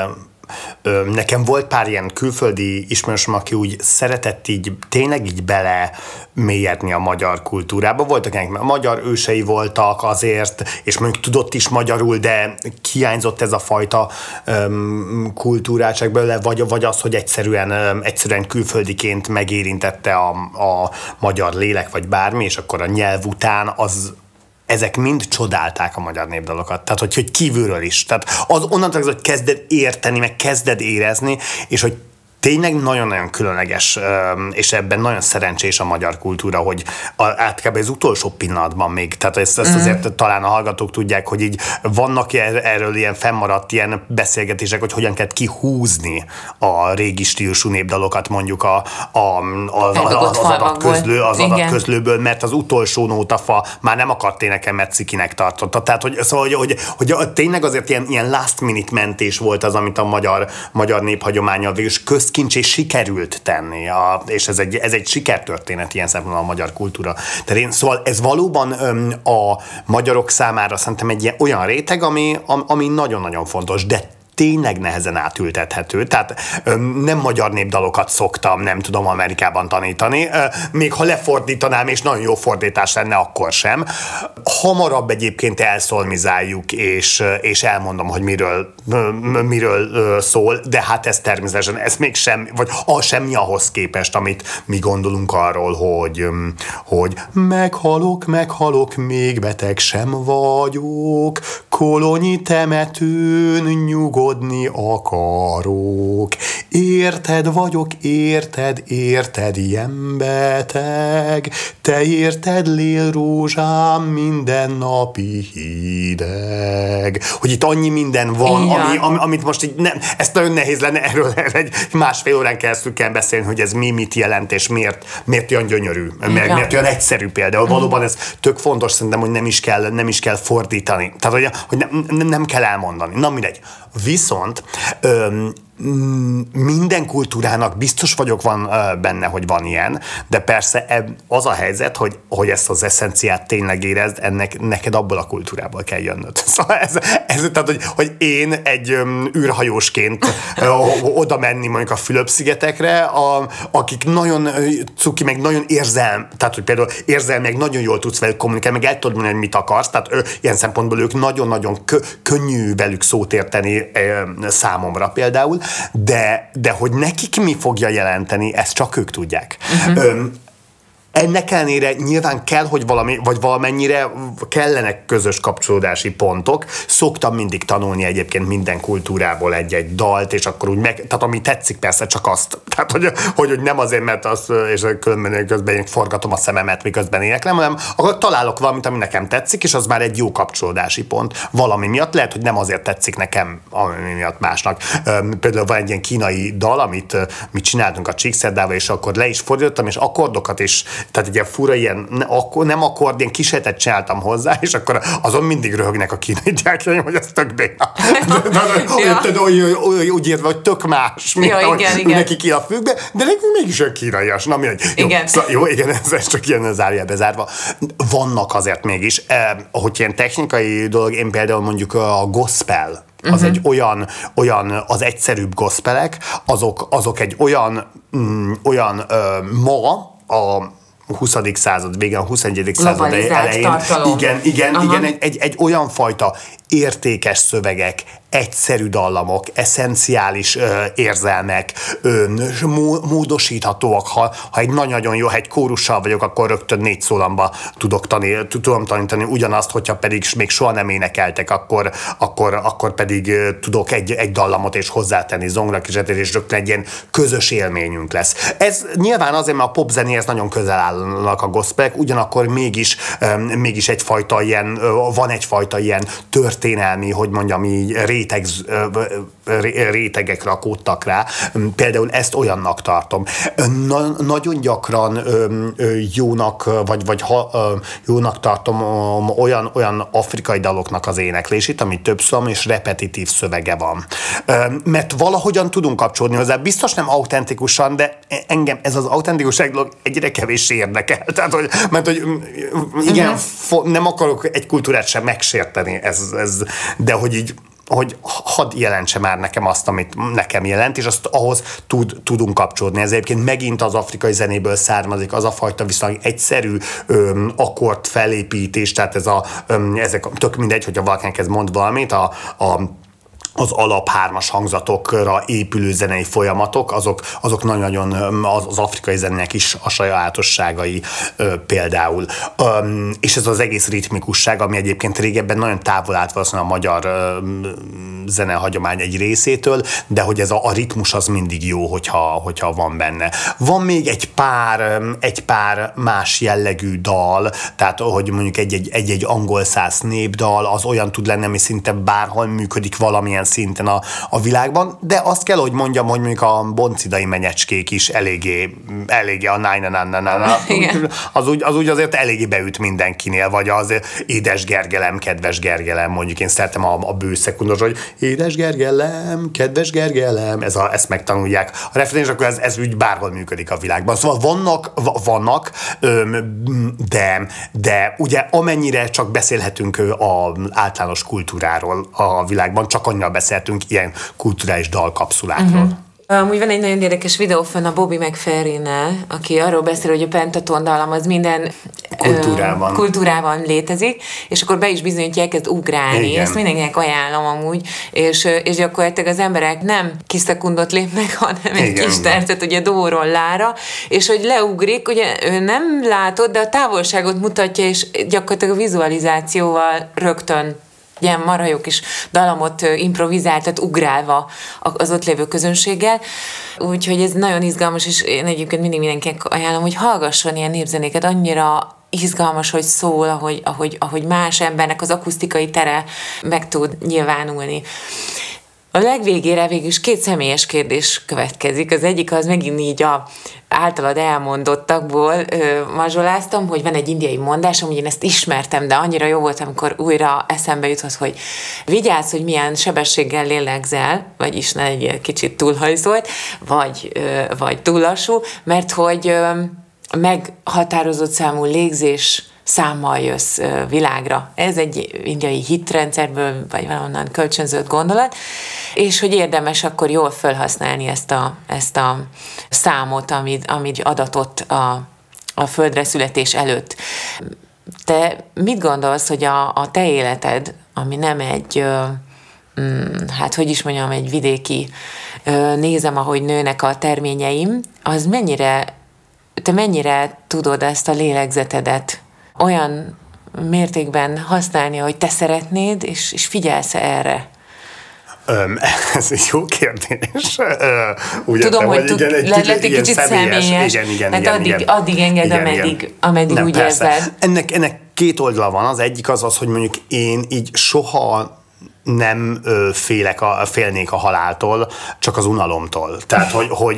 nekem volt pár ilyen külföldi ismerősöm, aki úgy szeretett így tényleg így bele mélyedni a magyar kultúrába. Voltak akik magyar ősei voltak azért, és mondjuk tudott is magyarul, de hiányzott ez a fajta kultúrátság belőle, vagy az, hogy egyszerűen külföldiként megérintette a magyar lélek, vagy bármi, és akkor a nyelv után ezek mind csodálták a magyar népdalokat. Tehát, hogy kívülről is. Tehát onnantól, hogy kezded érteni, meg kezded érezni, és hogy tényleg nagyon-nagyon különleges, és ebben nagyon szerencsés a magyar kultúra, hogy átkább az utolsó pillanatban még, tehát ezt azért talán a hallgatók tudják, hogy így vannak erről ilyen fennmaradt ilyen beszélgetések, hogy hogyan kell kihúzni a régi stílusú népdalokat mondjuk az adatközlőből, mert az utolsó nótafa már nem akart énekelni, mert cikinek tartotta. Tehát, hogy tényleg azért ilyen last minute mentés volt az, amit a magyar néphagyománya végül kincsé sikerült tenni, és ez egy sikertörténet ilyen szempontból a magyar kultúra terén. Szóval ez valóban a magyarok számára szerintem egy olyan réteg, ami nagyon-nagyon fontos, de tényleg nehezen átültethető. Tehát nem magyar népdalokat szoktam, nem tudom, Amerikában tanítani. Még ha lefordítanám, és nagyon jó fordítás lenne, akkor sem. Hamarabb egyébként elszolmizáljuk, és elmondom, hogy miről szól, de hát ez természetesen, ez még sem, vagy semmi ahhoz képest, amit mi gondolunk arról, hogy meghalok, még beteg sem vagyok, kolonyi temetőn nyugodni akarok. Érted vagyok, érted, ilyen beteg, te érted, lélrózsám, mindennapi hideg. Hogy itt annyi minden van, amit most így nem, ezt nagyon nehéz lenne erről egy másfél órán keresztül kell beszélni, hogy ez mit jelent, és miért olyan gyönyörű, miért olyan egyszerű például. Valóban ez tök fontos szerintem, hogy nem is kell fordítani. Tehát, hogy nem kell elmondani. Na mindegy. Viszont minden kultúrának biztos vagyok van benne, hogy van ilyen, de persze az a helyzet, hogy ezt az eszenciát tényleg érezd, ennek neked abból a kultúrából kell jönnöd. Szóval ez tehát, hogy én egy űrhajósként oda menni mondjuk a Fülöp-szigetekre, akik nagyon cuki, meg nagyon tehát hogy például érzelmileg nagyon jól tudsz velük kommunikálni, meg el tudod mondani, hogy mit akarsz, tehát ilyen szempontból ők nagyon-nagyon könnyű velük szót érteni számomra például, de hogy nekik mi fogja jelenteni, ezt csak ők tudják. Ennek ellenére nyilván kell, hogy valamennyire kellenek közös kapcsolódási pontok. Szoktam mindig tanulni egyébként minden kultúrából egy dalt, és akkor úgy tehát ami tetszik persze csak azt. Tehát, hogy nem azért, mert azt, és különben közben én forgatom a szememet, miközben éneklem, hanem akkor találok valamit, ami nekem tetszik, és az már egy jó kapcsolódási pont. Valami miatt lehet, hogy nem azért tetszik nekem, ami miatt másnak. Például van egy ilyen kínai dal, amit mi csináltunk a Csíkszerdával, és akkor le is fordítottam, és akkordokat is, tehát egy ilyen fura, nem akkord, ilyen kísérletet csináltam hozzá, és akkor azon mindig röhögnek a kínai gyerkeim, hogy ez tök béna. Úgy értve, hogy tök más, mint ahogy neki ki a függbe, de nekünk mégis olyan kínaias. Na mindegy. Jó, igen, ez csak ilyen zárójelbe zárva. Vannak azért mégis, hogy ilyen technikai dolog, én például mondjuk a gospel, az egy olyan az egyszerűbb gospelek, azok egy olyan ma a 20. század végén, a 21. század elején. Igen, egy olyan fajta értékes szövegek, egyszerű dallamok, eszenciális érzelmek, módosíthatóak. Ha egy nagyon jó, ha egy kórussal vagyok, akkor rögtön 4 szólamba tudom tanítani ugyanazt, hogyha pedig még soha nem énekeltek, akkor pedig tudok egy dallamot és hozzátenni zongrakísérletet, és rögtön egy ilyen közös élményünk lesz. Ez nyilván azért, mert a popzenéhez nagyon közel állnak a gospelek, ugyanakkor mégis egyfajta ilyen, van egyfajta ilyen történelmi, hogy mondjam így, rétegek rakódtak rá. Például ezt olyannak tartom. Nagyon gyakran jónak tartom olyan afrikai daloknak az éneklését, ami több szám és repetitív szövege van. Mert valahogyan tudunk kapcsolódni hozzá. Biztos nem autentikusan, de engem ez az autentikusság dolog egyre kevéssé érdekel. Tehát, mert igen, nem akarok egy kultúrát sem megsérteni, de hogy így hogy hadd jelentse már nekem azt, amit nekem jelent, és azt ahhoz tudunk kapcsolódni. Ez egyébként megint az afrikai zenéből származik, az a fajta viszonylag egyszerű akkord felépítés, tehát ezek tök mindegy, hogyha valakinek ez mond valamit, az alap hármas hangzatokra épülő zenei folyamatok, azok nagyon-nagyon az afrikai zenének is a sajátosságai például. És ez az egész ritmikusság, ami egyébként régebben nagyon távol állt valószínűleg a magyar zenehagyomány egy részétől, de hogy ez a ritmus az mindig jó, hogyha van benne. Van még egy pár más jellegű dal, tehát hogy mondjuk egy angol száz népdal, az olyan tud lenni, ami szinte bárhol működik valamilyen szinten a világban, de azt kell, hogy mondjam, hogy mondjuk a boncidai menyecskék is eléggé a na az úgy azért eléggé beüt mindenkinél, vagy az édes Gergelem, kedves Gergelem, mondjuk én szeretem a bőszekundos, hogy édes Gergelem, kedves Gergelem, ezt megtanulják a refrén, és akkor ez úgy bárhol működik a világban. Szóval vannak, de ugye amennyire csak beszélhetünk az általános kultúráról a világban, csak annyira beszéltünk ilyen kulturális dalkapszulákról. Amúgy van egy nagyon érdekes videó fönn a Bobby McFerrin-nel, aki arról beszél, hogy a pentaton dallam az minden kultúrában létezik, és akkor be is bizonyítja, elkezd ugrálni. Igen. Ezt mindenkinek ajánlom amúgy, és gyakorlatilag az emberek nem kis szekundot lépnek, hanem egy kis tercet, ugye dóról lára, és hogy leugrik, ugye ő nem látod, de a távolságot mutatja, és gyakorlatilag a vizualizációval rögtön ilyen marhajok is dalamot improvizáltat, ugrálva az ott lévő közönséggel. Úgyhogy ez nagyon izgalmas, és én egyébként mindig mindenkinek ajánlom, hogy hallgasson ilyen népzenéket, annyira izgalmas, hogy szól, ahogy más embernek az akusztikai tere meg tud nyilvánulni. A legvégére végül is 2 személyes kérdés következik. Az egyik az megint így a általad elmondottakból mazsoláztam, hogy van egy indiai mondás, amúgy én ezt ismertem, de annyira jó volt, amikor újra eszembe jutott, hogy vigyázz, hogy milyen sebességgel lélegzel, vagyis ne egy kicsit túlhajszolt, vagy túl lassú, mert hogy meghatározott számú légzés számmal jössz világra. Ez egy indiai hitrendszerből, vagy valahonnan kölcsönzött gondolat, és hogy érdemes akkor jól felhasználni ezt a számot, amit adatott a földre születés előtt. Te mit gondolsz, hogy a te életed, ami nem egy, egy vidéki nézem, ahogy nőnek a terményeim, az te mennyire tudod ezt a lélegzetedet olyan mértékben használni, hogy te szeretnéd, és figyelsz erre? Ez egy jó kérdés. Tudom, hogy lehet egy kicsit személyes. Igen. Addig enged, ameddig úgy érzed. Ennek 2 oldala van. Az egyik az, hogy mondjuk én így soha nem félnék a haláltól, csak az unalomtól. Tehát,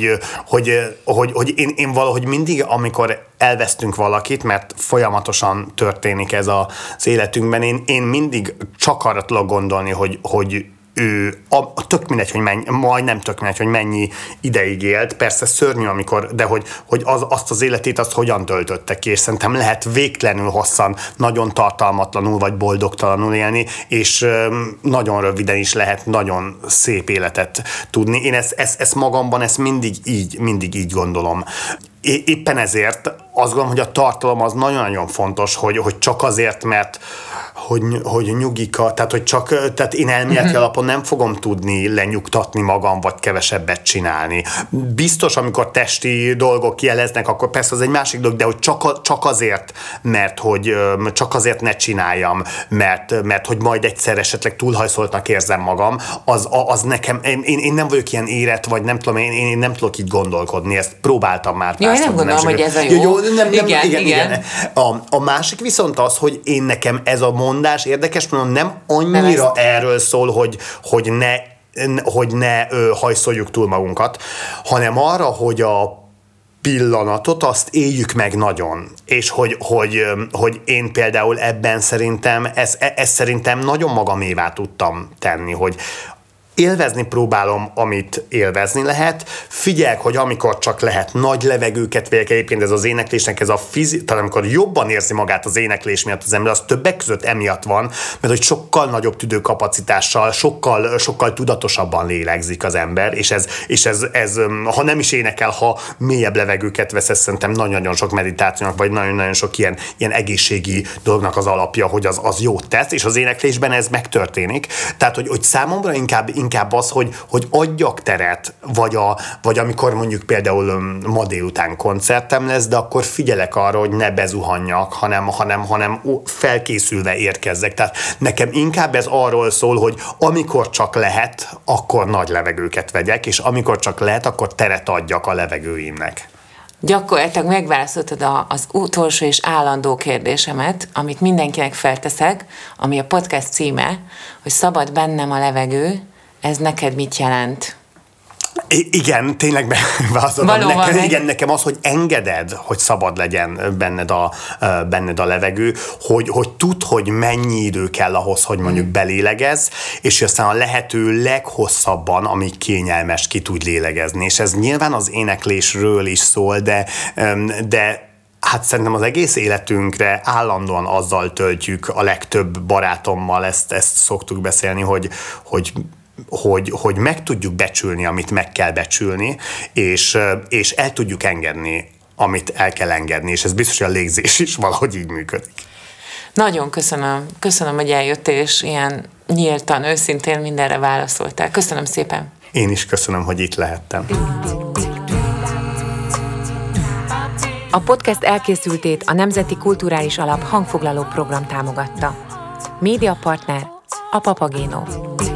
hogy én valahogy mindig, amikor elvesztünk valakit, mert folyamatosan történik ez az életünkben, én mindig csak arra tudok gondolni, hogy ő tök mindegy, hogy majdnem tök mindegy, hogy mennyi ideig élt, persze szörnyű, de hogy azt az életét azt hogyan töltötte ki, és szerintem lehet végtelenül hosszan, nagyon tartalmatlanul vagy boldogtalanul élni, és nagyon röviden is lehet nagyon szép életet tudni. Én ezt magamban mindig így gondolom. Éppen ezért azt gondolom, hogy a tartalom az nagyon-nagyon fontos, hogy csak azért, mert hogy nyugika, tehát én elméleti alapon nem fogom tudni lenyugtatni magam, vagy kevesebbet csinálni. Biztos, amikor testi dolgok jeleznek, akkor persze az egy másik dolog, de hogy csak azért, mert hogy csak azért ne csináljam, mert hogy majd egyszer esetleg túlhajszoltnak érzem magam, az nekem, én nem vagyok ilyen érett, vagy nem tudom, én nem tudok így gondolkodni, ezt próbáltam már. Jó, én nem gondolom, hogy ez a jó. Igen. A másik viszont az, hogy én nekem ez a mondás érdekes, mondom, nem annyira erről szól, hogy ne hajszoljuk túl magunkat, hanem arra, hogy a pillanatot azt éljük meg nagyon. És hogy én például ebben szerintem, ezt szerintem nagyon magamévá tudtam tenni, hogy élvezni próbálom, amit élvezni lehet, figyelek, hogy amikor csak lehet nagy levegőket vegyek, egyébként ez az éneklésnek, ez a tehát amikor jobban érzi magát az éneklés miatt az ember, az többek között emiatt van, mert hogy sokkal nagyobb tüdőkapacitással, sokkal tudatosabban lélegzik az ember, és ez ha nem is énekel, ha mélyebb levegőket vesz, ez szerintem nagyon-nagyon sok meditációnak, vagy nagyon-nagyon sok ilyen egészségi dolognak az alapja, hogy az jót tesz, és az éneklésben ez megtörténik. Tehát, hogy számomra inkább az, hogy adjak teret, vagy amikor mondjuk például ma délután koncertem lesz, de akkor figyelek arra, hogy ne bezuhanjak, hanem felkészülve érkezzek. Tehát nekem inkább ez arról szól, hogy amikor csak lehet, akkor nagy levegőket vegyek, és amikor csak lehet, akkor teret adjak a levegőimnek. Gyakorlatilag megválaszoltad az utolsó és állandó kérdésemet, amit mindenkinek felteszek, ami a podcast címe, hogy szabad bennem a levegő, ez neked mit jelent? Igen, tényleg válaszoltam. Nekem az, hogy engeded, hogy szabad legyen benned a levegő, hogy tudd, hogy mennyi idő kell ahhoz, hogy mondjuk belélegezz, és aztán a lehető leghosszabban, amíg kényelmes, ki tudj lélegezni. És ez nyilván az éneklésről is szól, de hát szerintem az egész életünkre állandóan azzal töltjük, a legtöbb barátommal ezt szoktuk beszélni, hogy meg tudjuk becsülni, amit meg kell becsülni, és el tudjuk engedni, amit el kell engedni, és ez biztos, hogy a légzés is valahogy így működik. Nagyon köszönöm, hogy eljöttél, és ilyen nyíltan, őszintén mindenre válaszoltál. Köszönöm szépen. Én is köszönöm, hogy itt lehettem. A podcast elkészültét a Nemzeti Kulturális Alap hangfoglaló program támogatta. Médiapartner a Papagéno.